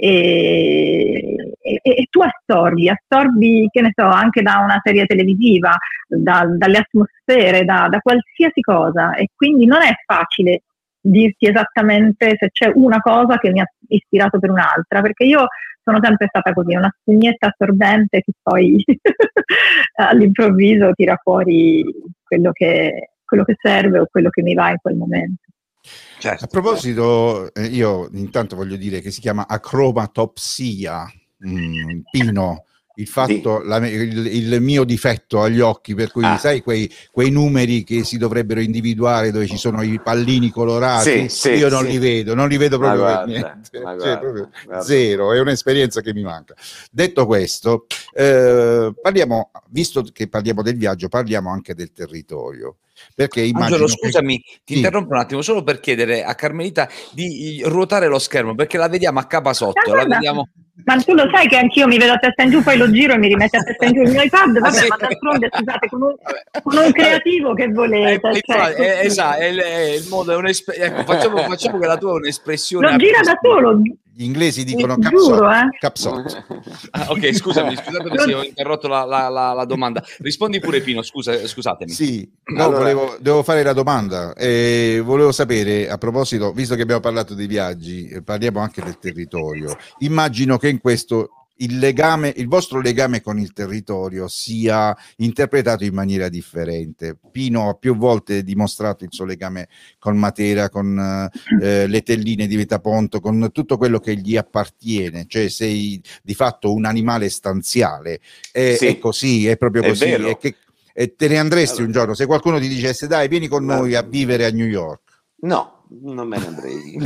e, e, e tu assorbi, assorbi, che ne so, anche da una serie televisiva, da, dalle atmosfere, da, da qualsiasi cosa, e quindi non è facile dirti esattamente se c'è una cosa che mi ha ispirato per un'altra, perché io sono sempre stata così, una spugnetta assorbente che poi all'improvviso tira fuori quello che, quello che serve o quello che mi va in quel momento. Certo. A proposito, eh, io intanto voglio dire che si chiama acromatopsia, mm, Pino, il fatto, sì. la, il, il mio difetto agli occhi, per cui ah. sai quei, quei numeri che si dovrebbero individuare dove ci sono i pallini colorati, sì, sì, io non sì. li vedo, non li vedo proprio guarda, per niente, cioè, guarda, proprio guarda. zero, è un'esperienza che mi manca. Detto questo, eh, parliamo, visto che parliamo del viaggio, parliamo anche del territorio. Perché immagino Angelo, scusami, che... ti sì. interrompo un attimo solo per chiedere a Carmelita di ruotare lo schermo, perché la vediamo a capa sotto, ah, la vediamo... Ma tu lo sai che anch'io mi vedo a testa in giù, poi lo giro e mi rimette a testa in giù il mio iPad, vabbè, ah, sì. ma d'altronde, scusate, con un, con un creativo che volete. Eh, cioè, infatti, è, esatto, è, è il modo, è ecco, facciamo, facciamo che la tua è un'espressione... Lo gira da solo, Gli inglesi dicono Sì, capsot, giuro, eh. capsot. Ah, ok, scusami, scusatemi se ho interrotto la, la, la, la domanda. Rispondi pure Pino, scusa, scusatemi. Sì, no, Allora- volevo, devo fare la domanda. Eh, volevo sapere, a proposito, visto che abbiamo parlato dei viaggi, eh, parliamo anche del territorio. Immagino che in questo il legame, il vostro legame con il territorio sia interpretato in maniera differente. Pino ha più volte dimostrato il suo legame con Matera, con eh, le telline di Metaponto, con tutto quello che gli appartiene, cioè sei di fatto un animale stanziale. È, Sì, è così, è proprio è così. vero. È che, e te ne andresti Allora. un giorno se qualcuno ti dicesse dai, vieni con Ma- noi a vivere a New York. No, non me ne andrei.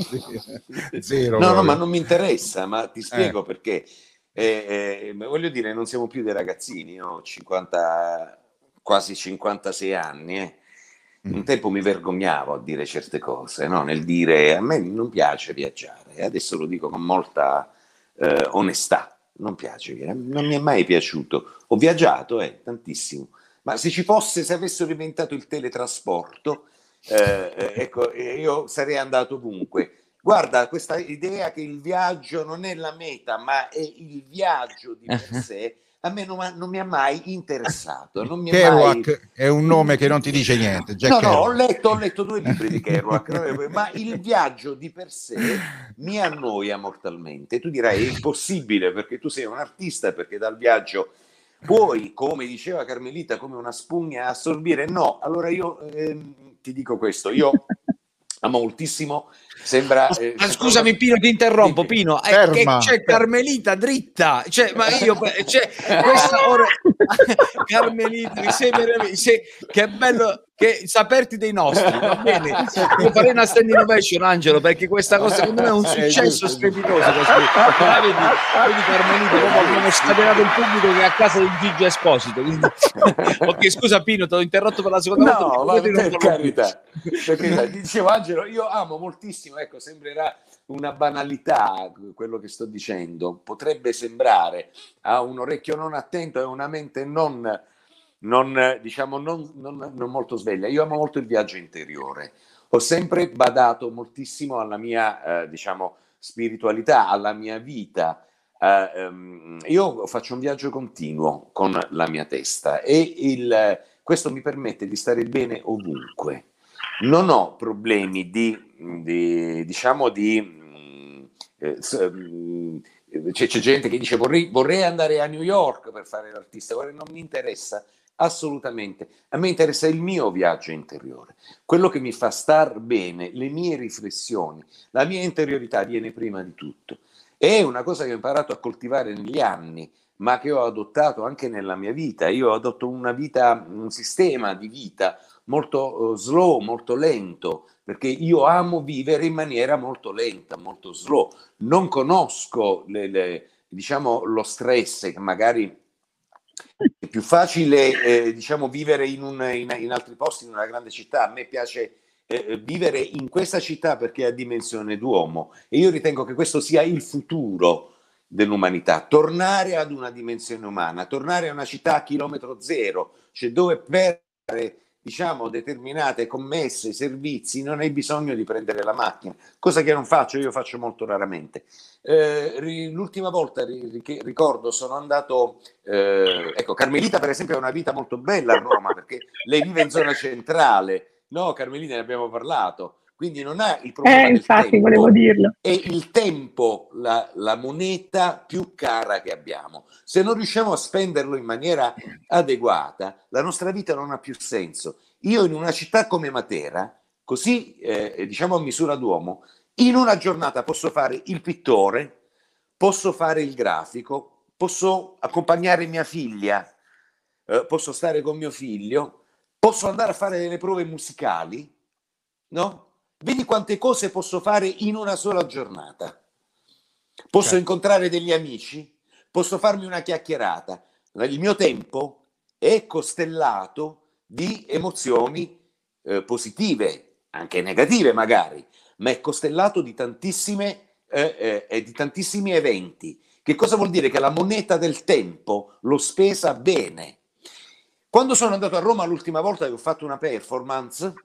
Zero No, no, proprio. ma non mi interessa, ma ti spiego Eh. perché. Eh, eh, voglio dire, non siamo più dei ragazzini, io ho cinquanta, quasi cinquantasei anni. eh. Un Mm. tempo mi vergognavo a dire certe cose, no? Nel dire a me non piace viaggiare, e adesso lo dico con molta eh, onestà, non piace, viaggiare, non mi è mai piaciuto. Ho viaggiato, eh, tantissimo, ma se ci fosse, se avessero inventato il teletrasporto, eh, eh, ecco, eh, io sarei andato ovunque. Guarda, questa idea che il viaggio non è la meta, ma è il viaggio di per sé, a me non, ha- non mi ha mai interessato. Non mi è mai... Kerouac è un nome che non ti dice niente. Jack No, no, ho Kerouac. letto, ho letto due libri di Kerouac, ma il viaggio di per sé mi annoia mortalmente. Tu dirai, è impossibile perché tu sei un artista, perché dal viaggio puoi, come diceva Carmelita, come una spugna assorbire. No, allora io ehm, ti dico questo, io amo moltissimo, sembra... eh, Ma scusami Pino, ti interrompo. Dimmi. Pino, è Ferma. che c'è Carmelita dritta, cioè, ma io c'è questa ora Carmelita, che sei meraviglioso, sei- che bello che saperti dei nostri, va bene. Io farei una standing ovation, Angelo, perché questa cosa secondo me è un Eh, successo giusto, strepitoso. questo. Ma vedi, vedi Carmelita, proprio abbiamo scatenato il pubblico che è a casa di Gigi Esposito. Quindi... ok, scusa Pino, ti ho interrotto per la seconda volta. No, ma perché non per parlo più. carità, per carità. Ti dicevo Angelo, io amo moltissimo, ecco, sembrerà una banalità quello che sto dicendo, potrebbe sembrare a un orecchio non attento e a una mente non, non diciamo, non, non, non molto sveglia. Io amo molto il viaggio interiore, ho sempre badato moltissimo alla mia, eh, diciamo, spiritualità, alla mia vita. Eh, ehm, io faccio un viaggio continuo con la mia testa e il, questo mi permette di stare bene ovunque. Non ho problemi di, di diciamo, di... Eh, s- mh, c'è, c'è gente che dice vorrei, vorrei andare a New York per fare l'artista, ora non mi interessa assolutamente, a me interessa il mio viaggio interiore, quello che mi fa star bene, le mie riflessioni, la mia interiorità viene prima di tutto. È una cosa che ho imparato a coltivare negli anni, ma che ho adottato anche nella mia vita. Io ho adotto una vita, un sistema di vita molto uh, slow, molto lento, perché io amo vivere in maniera molto lenta, molto slow. Non conosco le, le, diciamo, lo stress, che magari è più facile eh, diciamo, vivere in, un, in, in altri posti, in una grande città. A me piace eh, vivere in questa città perché ha dimensione d'uomo e io ritengo che questo sia il futuro dell'umanità, tornare ad una dimensione umana, tornare a una città a chilometro zero, cioè dove per diciamo determinate commesse, servizi, non hai bisogno di prendere la macchina, cosa che non faccio, io faccio molto raramente. Eh, l'ultima volta che ricordo sono andato, eh, ecco, Carmelita per esempio ha una vita molto bella a Roma perché lei vive in zona centrale, no Carmelita ne abbiamo parlato, quindi non ha il problema Eh, del infatti, tempo. volevo dirlo. È il tempo la, la moneta più cara che abbiamo. Se non riusciamo a spenderlo in maniera adeguata, la nostra vita non ha più senso. Io in una città come Matera, così eh, diciamo a misura d'uomo, in una giornata posso fare il pittore, posso fare il grafico, posso accompagnare mia figlia, eh, posso stare con mio figlio, posso andare a fare delle prove musicali, no? Vedi quante cose posso fare in una sola giornata. Posso certo. incontrare degli amici, posso farmi una chiacchierata. Il mio tempo è costellato di emozioni eh, positive, anche negative magari, ma è costellato di tantissime eh, eh, di tantissimi eventi. Che cosa vuol dire? Che la moneta del tempo l'ho spesa bene. Quando sono andato a Roma l'ultima volta e ho fatto una performance,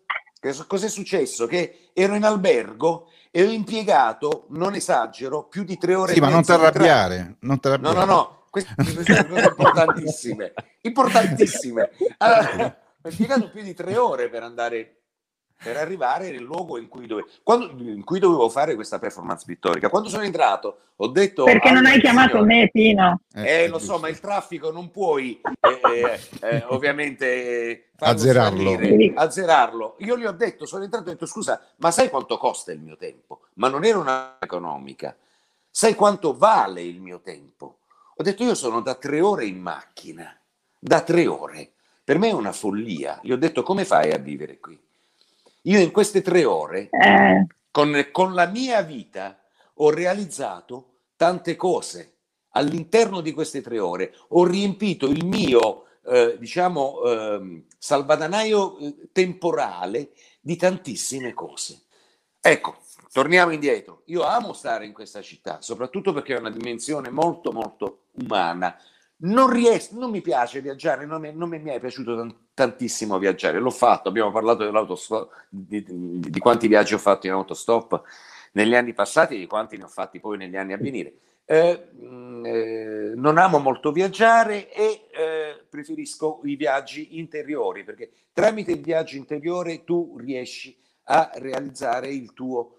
Cos'è successo? Che ero in albergo e ho impiegato, non esagero, più di tre ore sì, e ma non ti mezza. arrabbiare, non ti arrabbiare. No, no, no, queste sono cose importantissime, importantissime. Allora, ho impiegato più di tre ore per andare, per arrivare nel luogo in cui, dove, quando, in cui dovevo fare questa performance pittorica. Quando sono entrato, ho detto... Perché non hai chiamato signore, me, Pino? Eh, eh lo so, ma il traffico non puoi eh, eh, ovviamente farlo azzerarlo. svanire, azzerarlo. Io gli ho detto, sono entrato e ho detto, scusa, ma sai quanto costa il mio tempo? Ma non era una economica. Sai quanto vale il mio tempo? Ho detto, io sono da tre ore in macchina, da tre ore. Per me è una follia. Gli ho detto, come fai a vivere qui? Io in queste tre ore, Eh. con, con la mia vita, ho realizzato tante cose. All'interno di queste tre ore ho riempito il mio, eh, diciamo, eh, salvadanaio eh, temporale di tantissime cose. Ecco, torniamo indietro. Io amo stare in questa città, soprattutto perché è una dimensione molto, molto umana. Non riesco, non mi piace viaggiare, non mi, non mi è piaciuto tant- tantissimo viaggiare. L'ho fatto, abbiamo parlato dell'autostop, di, di, di quanti viaggi ho fatto in autostop negli anni passati e di quanti ne ho fatti poi negli anni a venire. Eh, eh, non amo molto viaggiare e eh, preferisco i viaggi interiori, perché tramite il viaggio interiore tu riesci a realizzare il tuo.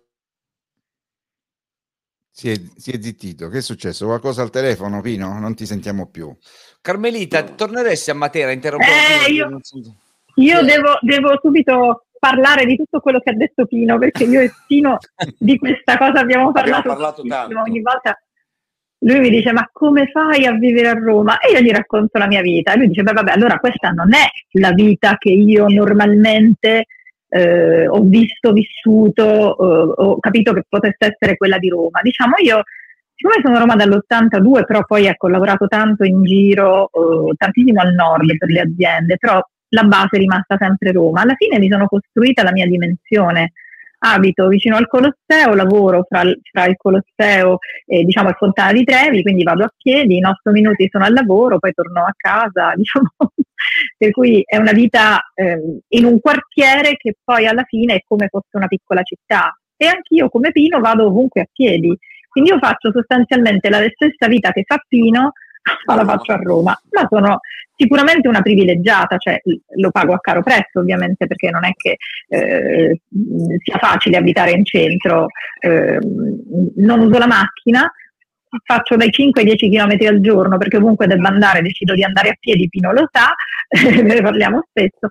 Si è, si è zittito. Che è successo? Qualcosa al telefono, Pino? Non ti sentiamo più. Carmelita, torneresti a Matera? Interrompo eh, io, io sì. devo, devo subito parlare di tutto quello che ha detto Pino, perché io e Pino di questa cosa abbiamo parlato, abbiamo parlato tanto. Ogni volta lui mi dice, ma come fai a vivere a Roma? E io gli racconto la mia vita. E lui dice, beh vabbè, allora questa non è la vita che io normalmente eh, ho visto, vissuto, eh, ho capito che potesse essere quella di Roma. Diciamo, io, siccome sono a Roma dall'ottantadue, però poi ecco, ho lavorato tanto in giro, eh, tantissimo al nord per le aziende, però la base è rimasta sempre Roma. Alla fine mi sono costruita la mia dimensione. Abito vicino al Colosseo, lavoro fra, fra il Colosseo e diciamo il Fontana di Trevi, quindi vado a piedi, in otto minuti sono al lavoro, poi torno a casa, diciamo. Per cui è una vita eh, in un quartiere che poi alla fine è come fosse una piccola città. E anch'io come Pino vado ovunque a piedi, quindi io faccio sostanzialmente la stessa vita che fa Pino, ma la faccio a Roma, ma sono sicuramente una privilegiata, cioè lo pago a caro prezzo ovviamente, perché non è che eh, sia facile abitare in centro, eh, non uso la macchina, faccio dai cinque ai dieci chilometri al giorno, perché ovunque debba andare decido di andare a piedi, Pino lo sa, ne parliamo spesso,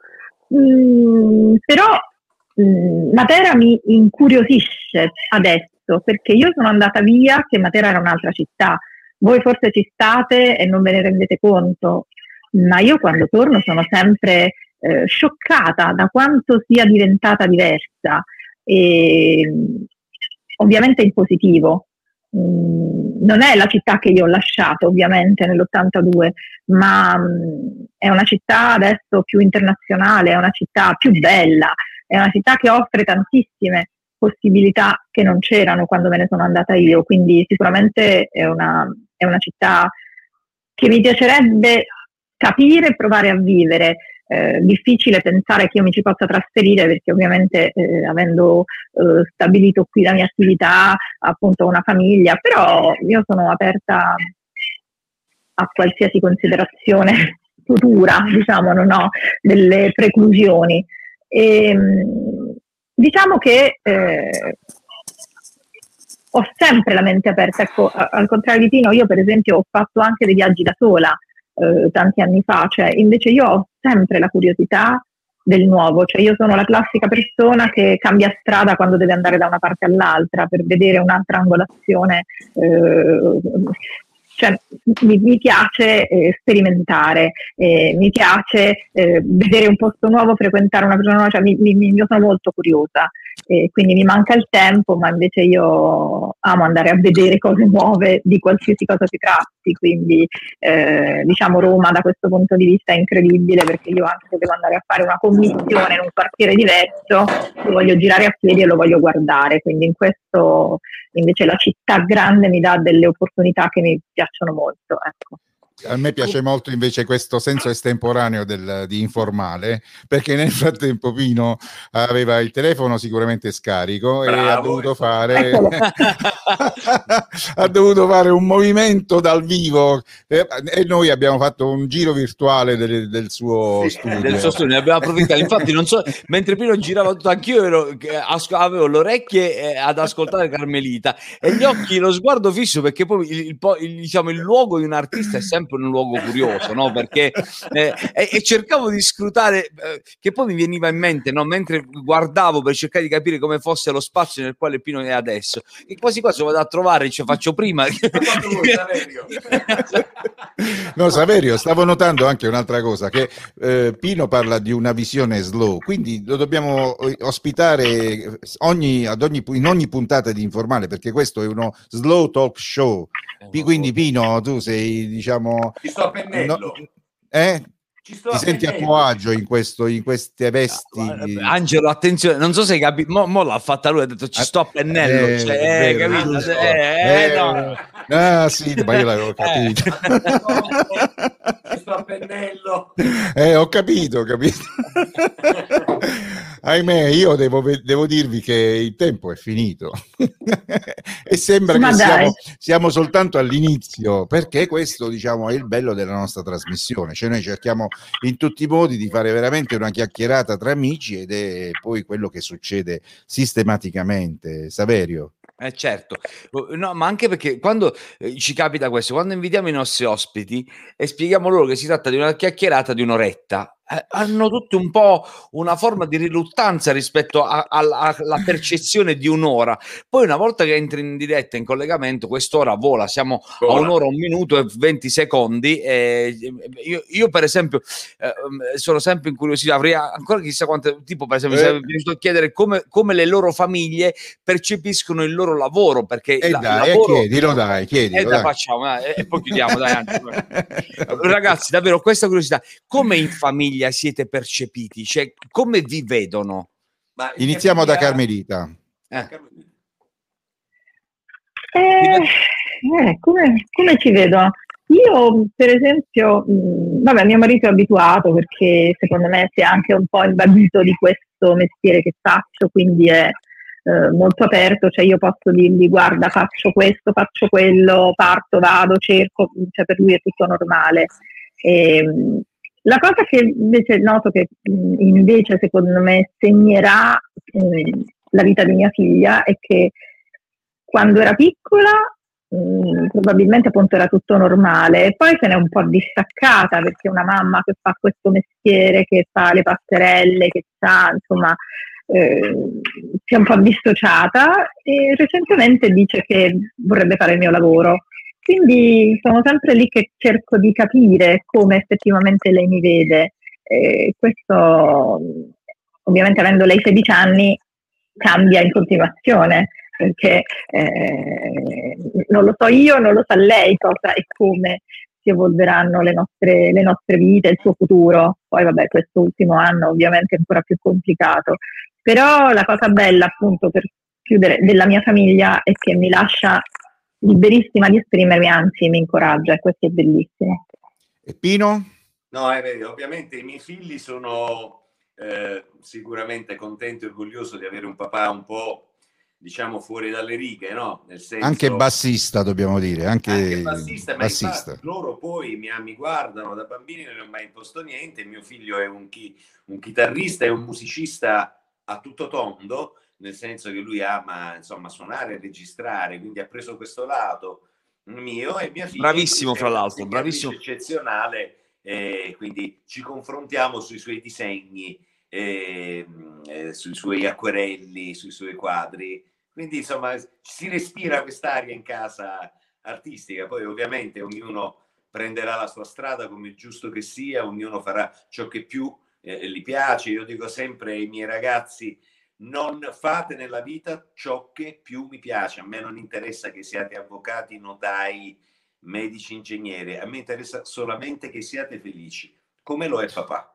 mm, però mm, Matera mi incuriosisce adesso, perché io sono andata via che Matera era un'altra città. Voi forse ci state e non ve ne rendete conto, ma io quando torno sono sempre eh, scioccata da quanto sia diventata diversa, e ovviamente in positivo. Mm, non è la città che io ho lasciato ovviamente nell'ottantadue, ma mm, è una città adesso più internazionale, è una città più bella, è una città che offre tantissime possibilità che non c'erano quando me ne sono andata io, quindi sicuramente è una, è una città che mi piacerebbe capire e provare a vivere. Eh, difficile pensare che io mi ci possa trasferire, perché ovviamente eh, avendo eh, stabilito qui la mia attività, appunto una famiglia, però io sono aperta a qualsiasi considerazione futura, diciamo, non ho delle preclusioni. E, diciamo che eh, ho sempre la mente aperta, ecco, al contrario di Pino, io per esempio ho fatto anche dei viaggi da sola eh, tanti anni fa, cioè invece io ho sempre la curiosità del nuovo, cioè io sono la classica persona che cambia strada quando deve andare da una parte all'altra per vedere un'altra angolazione, eh, cioè mi, mi piace eh, sperimentare, eh, mi piace eh, vedere un posto nuovo, frequentare una persona nuova, cioè mi, mi, io sono molto curiosa, eh, quindi mi manca il tempo, ma invece io amo andare a vedere cose nuove di qualsiasi cosa si tratti, quindi eh, diciamo Roma da questo punto di vista è incredibile, perché io anche se devo andare a fare una commissione in un quartiere diverso lo voglio girare a piedi e lo voglio guardare, quindi in questo invece la città grande mi dà delle opportunità che mi piacciono molto, ecco. A me piace molto invece questo senso estemporaneo del, di informale, perché nel frattempo Pino aveva il telefono sicuramente scarico. Bravo, e ha dovuto fare ha dovuto fare un movimento dal vivo e, e noi abbiamo fatto un giro virtuale del, del suo sì, studio. Del suo studio, ne abbiamo approfittato. Infatti non so, mentre Pino girava tutto, anch'io ero, avevo le orecchie ad ascoltare Carmelita e gli occhi, lo sguardo fisso, perché poi il, il, il, diciamo, il luogo di un artista è sempre un luogo curioso, no? Perché eh, e, e cercavo di scrutare, eh, che poi mi veniva in mente, no? Mentre guardavo per cercare di capire come fosse lo spazio nel quale Pino è adesso, e quasi quasi vado a trovare, cioè faccio prima. No, Saverio, stavo notando anche un'altra cosa, che eh, Pino parla di una visione slow, quindi lo dobbiamo ospitare ogni, ad ogni, in ogni puntata di Informale, perché questo è uno slow talk show. Quindi Pino, tu sei, diciamo, ci sto a pennello. No, eh? Ci sto ti a senti pennello. A tuo agio in, questo, in queste vesti? Angelo, attenzione, non so se hai capito, mo, mo l'ha fatta lui, ha detto ci sto a pennello, eh, cioè, eh, vero, capito? So. Eh, eh, no. Ah sì, ma io l'avevo capito. Ci sto a pennello. Eh, ho capito, ho capito. Ahimè, io devo, devo dirvi che il tempo è finito e sembra ma che siamo, siamo soltanto all'inizio, perché questo, diciamo, è il bello della nostra trasmissione, cioè noi cerchiamo in tutti i modi di fare veramente una chiacchierata tra amici ed è poi quello che succede sistematicamente. Saverio? Eh certo, no, ma anche perché quando eh, ci capita questo, quando invitiamo i nostri ospiti e spieghiamo loro che si tratta di una chiacchierata di un'oretta, eh, hanno tutti un po' una forma di riluttanza rispetto alla percezione di un'ora. Poi una volta che entri in diretta, in collegamento, quest'ora vola, siamo vola. a un'ora, un minuto e venti secondi. Eh, io, io per esempio eh, sono sempre incuriosito, avrei ancora chissà quante, tipo per esempio, eh. mi sto a chiedere come, come le loro famiglie percepiscono il loro lavoro, perché e la, dai, lavoro, chiedilo dai, chiedilo, e dai. facciamo eh, e poi chiudiamo dai, ragazzi, davvero questa curiosità, come in famiglia siete percepiti, cioè come vi vedono? Ma iniziamo famiglia... da Carmelita. Eh. Eh, eh, come, come ci vedo? Io per esempio, mh, vabbè, mio marito è abituato perché secondo me si è anche un po' imbadito di questo mestiere che faccio, quindi è Eh, molto aperto, cioè io posso dirgli guarda faccio questo, faccio quello, parto, vado, cerco, cioè per lui è tutto normale. E, la cosa che invece noto che invece secondo me segnerà eh, la vita di mia figlia è che quando era piccola mh, probabilmente appunto era tutto normale e poi se n'è un po' distaccata perché una mamma che fa questo mestiere, che fa le passerelle, che sa, insomma, Eh, si è un po' dissociata e recentemente dice che vorrebbe fare il mio lavoro, quindi sono sempre lì che cerco di capire come effettivamente lei mi vede. E questo ovviamente avendo lei sedici anni cambia in continuazione perché eh, non lo so io, non lo sa lei cosa e come si evolveranno le nostre, le nostre vite, il suo futuro. Poi vabbè, questo ultimo anno ovviamente è ancora più complicato. Però la cosa bella appunto per chiudere della mia famiglia è che mi lascia liberissima di esprimermi, anzi mi incoraggia e questo è bellissimo. E Pino? No, è vero, ovviamente i miei figli sono eh, sicuramente contento e orgoglioso di avere un papà un po', diciamo, fuori dalle righe, no? Nel senso, anche bassista dobbiamo dire, anche, anche bassista, bassista. Ma infatti loro poi mi, mi guardano da bambini, non ho mai imposto niente, mio figlio è un, chi, un chitarrista e un musicista a tutto tondo, nel senso che lui ama insomma suonare e registrare, quindi ha preso questo lato mio e mia figlia bravissimo fra l'altro, bravissimo, eccezionale, eh, quindi ci confrontiamo sui suoi disegni, eh, eh, sui suoi acquerelli, sui suoi quadri, quindi insomma si respira quest'aria in casa artistica. Poi ovviamente ognuno prenderà la sua strada come è giusto che sia, ognuno farà ciò che più Eh, gli piace. Io dico sempre ai miei ragazzi: non fate nella vita ciò che più mi piace, a me non interessa che siate avvocati, notai, medici, ingegneri, a me interessa solamente che siate felici, come lo è papà.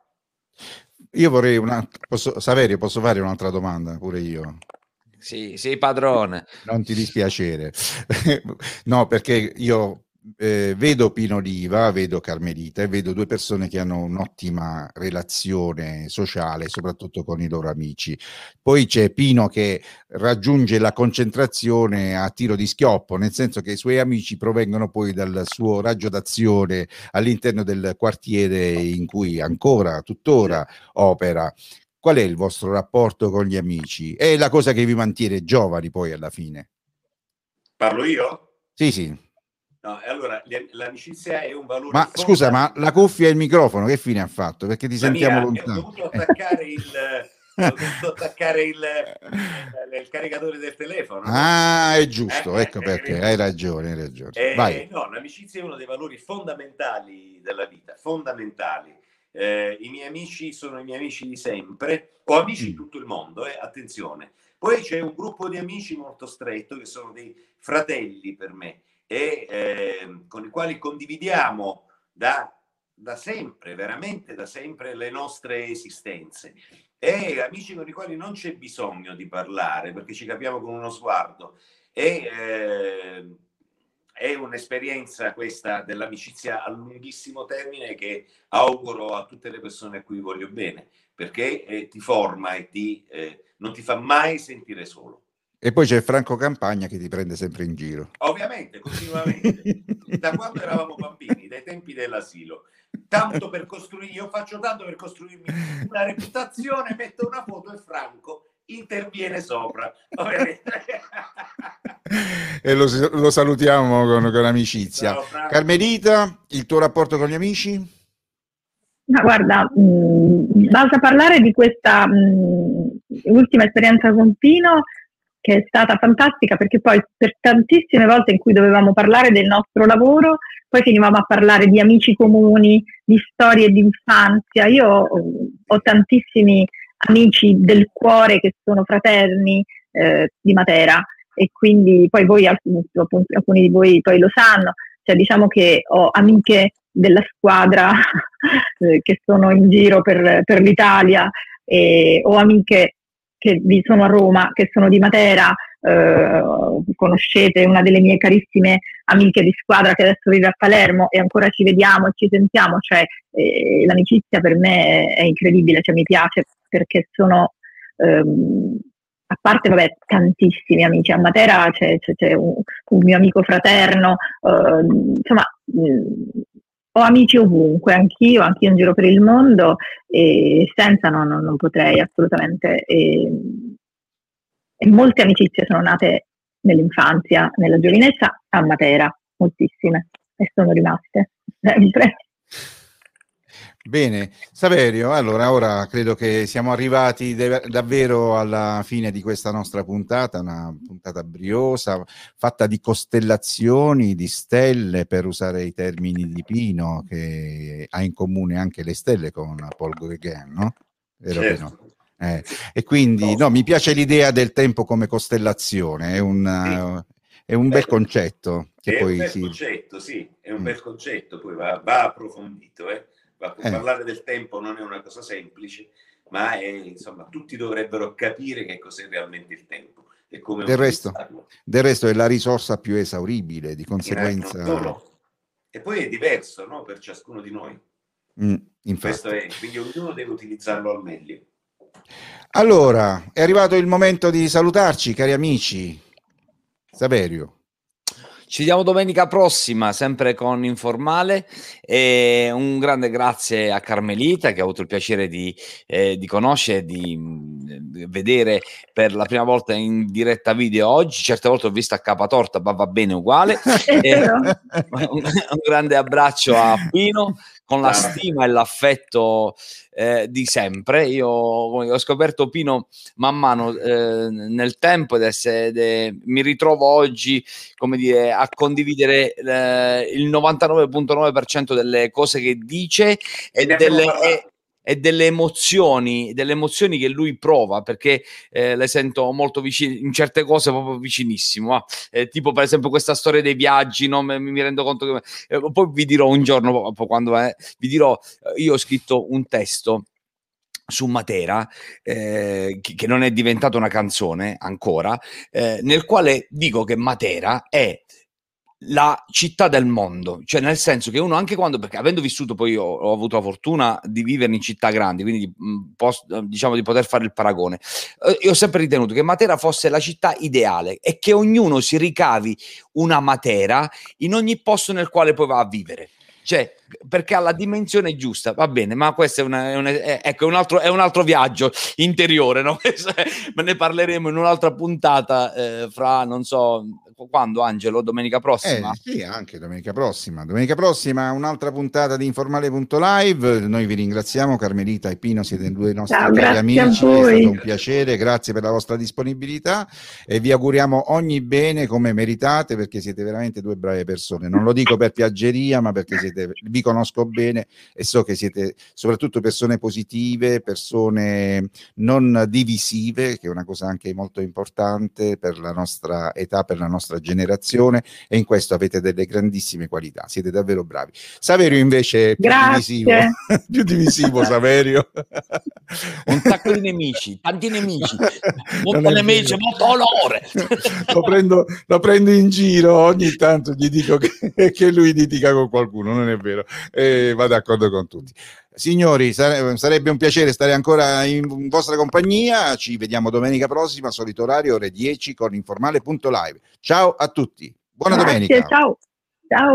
Io vorrei una posso, Saverio, posso fare un'altra domanda pure io? Sì, sei padrone. Non ti dispiacere. No, perché io eh, vedo Pino Oliva, vedo Carmelita e vedo due persone che hanno un'ottima relazione sociale, soprattutto con i loro amici. Poi c'è Pino che raggiunge la concentrazione a tiro di schioppo, nel senso che i suoi amici provengono poi dal suo raggio d'azione all'interno del quartiere in cui ancora, tuttora opera. Qual è il vostro rapporto con gli amici? È la cosa che vi mantiene giovani poi alla fine. Parlo io? Sì, sì. No, allora l'amicizia è un valore. Ma scusa, ma la cuffia e il microfono che fine ha fatto? Perché ti la sentiamo mia, lontano. Ho dovuto attaccare il, ho dovuto attaccare il, il caricatore del telefono. Ah, no? è giusto, eh, ecco perché, hai ragione, hai ragione. Eh, Vai. no, l'amicizia è uno dei valori fondamentali della vita, fondamentali. Eh, I miei amici sono i miei amici di sempre, ho amici in tutto il mondo, eh, attenzione. Poi c'è un gruppo di amici molto stretto che sono dei fratelli per me e eh, con i quali condividiamo da, da sempre, veramente da sempre, le nostre esistenze. E amici con i quali non c'è bisogno di parlare perché ci capiamo con uno sguardo. E eh, è un'esperienza questa dell'amicizia a lunghissimo termine che auguro a tutte le persone a cui voglio bene, perché eh, ti forma e ti, eh, non ti fa mai sentire solo. E poi c'è Franco Campagna che ti prende sempre in giro. Ovviamente, continuamente, da quando eravamo bambini, dai tempi dell'asilo. Tanto per costruire, io faccio tanto per costruirmi una reputazione, metto una foto e Franco interviene sopra. E lo, lo salutiamo con, con amicizia. Ciao, Carmelita, il tuo rapporto con gli amici? Ma guarda, mh, basta parlare di questa mh, ultima esperienza con Pino, che è stata fantastica, perché poi per tantissime volte in cui dovevamo parlare del nostro lavoro, poi finivamo a parlare di amici comuni, di storie di infanzia. Io ho, ho tantissimi amici del cuore che sono fraterni eh, di Matera, e quindi poi voi, alcuni, alcuni di voi poi lo sanno, cioè diciamo che ho amiche della squadra eh, che sono in giro per, per l'Italia, e ho amiche che sono a Roma, che sono di Matera, eh, conoscete una delle mie carissime amiche di squadra che adesso vive a Palermo e ancora ci vediamo e ci sentiamo, cioè eh, l'amicizia per me è, è incredibile, cioè mi piace perché sono, ehm, a parte vabbè tantissimi amici, a Matera c'è, c'è, c'è un, un mio amico fraterno, eh, insomma mh, ho amici ovunque, anch'io, anch'io in giro per il mondo, e senza no, no, non potrei assolutamente. E, e molte amicizie sono nate nell'infanzia, nella giovinezza, a Matera, moltissime, e sono rimaste sempre. Bene, Saverio, allora ora credo che siamo arrivati de- davvero alla fine di questa nostra puntata, una puntata briosa, fatta di costellazioni, di stelle, per usare i termini di Pino, che ha in comune anche le stelle con Paul Gauguin, no? Vero, certo. Pino? Eh, e quindi no, mi piace l'idea del tempo come costellazione, è un, Sì. è un bel concetto. Che è poi un bel si... concetto, sì, è un mm. bel concetto, poi va, va approfondito, eh. Va, Eh. Parlare del tempo non è una cosa semplice, ma è, insomma, tutti dovrebbero capire che cos'è realmente il tempo e come del resto, utilizzarlo. del resto è la risorsa più esauribile, di conseguenza... No. E poi è diverso, no, per ciascuno di noi. Mm, infatti. Questo è, quindi ognuno deve utilizzarlo al meglio. Allora, è arrivato il momento di salutarci, cari amici. Saverio. Ci vediamo domenica prossima, sempre con Informale, e un grande grazie a Carmelita, che ho avuto il piacere di, eh, di conoscere, di, di vedere per la prima volta in diretta video oggi. Certe volte ho visto a capatorta, ma va bene uguale. E, un, un grande abbraccio a Pino, con la stima e l'affetto eh, di sempre. Io ho scoperto Pino man mano eh, nel tempo, ed è, de, mi ritrovo oggi, come dire, a condividere eh, il novantanove virgola nove per cento delle cose che dice e delle, e, e delle emozioni, delle emozioni che lui prova, perché eh, le sento molto vicine, in certe cose proprio vicinissimo, eh, tipo per esempio questa storia dei viaggi, no? mi, mi rendo conto che eh, poi vi dirò un giorno, quando eh, vi dirò, io ho scritto un testo su Matera, eh, che, che non è diventata una canzone ancora, eh, nel quale dico che Matera è la città del mondo, cioè nel senso che uno anche quando, perché avendo vissuto poi ho, ho avuto la fortuna di vivere in città grandi, quindi di, post, diciamo di poter fare il paragone, eh, io ho sempre ritenuto che Matera fosse la città ideale e che ognuno si ricavi una Matera in ogni posto nel quale poi va a vivere. Cioè, perché ha la dimensione giusta, va bene, ma questo è, una, è, una, è, ecco, un altro, è un altro viaggio interiore, no? Ma ne parleremo in un'altra puntata eh, fra, non so, quando, Angelo? Domenica prossima? Eh, sì, anche domenica prossima. Domenica prossima un'altra puntata di informale punto live. Noi vi ringraziamo, Carmelita e Pino, siete due nostri Ciao, cari amici, è stato un piacere, grazie per la vostra disponibilità e vi auguriamo ogni bene come meritate, perché siete veramente due brave persone. Non lo dico per piaggeria, ma perché siete, vi conosco bene e so che siete soprattutto persone positive, persone non divisive, che è una cosa anche molto importante per la nostra età, per la nostra generazione, e in questo avete delle grandissime qualità, siete davvero bravi. Saverio invece è più Grazie. divisivo, più divisivo Saverio. Un sacco di nemici, tanti nemici, molto nemici, molto onore. Lo prendo, lo prendo in giro, ogni tanto gli dico che, che lui litiga con qualcuno, non è vero, e va d'accordo con tutti. Signori, sarebbe un piacere stare ancora in vostra compagnia. Ci vediamo domenica prossima, solito orario, ore dieci, con informale punto live. Ciao a tutti, buona Grazie, domenica. Ciao. Ciao.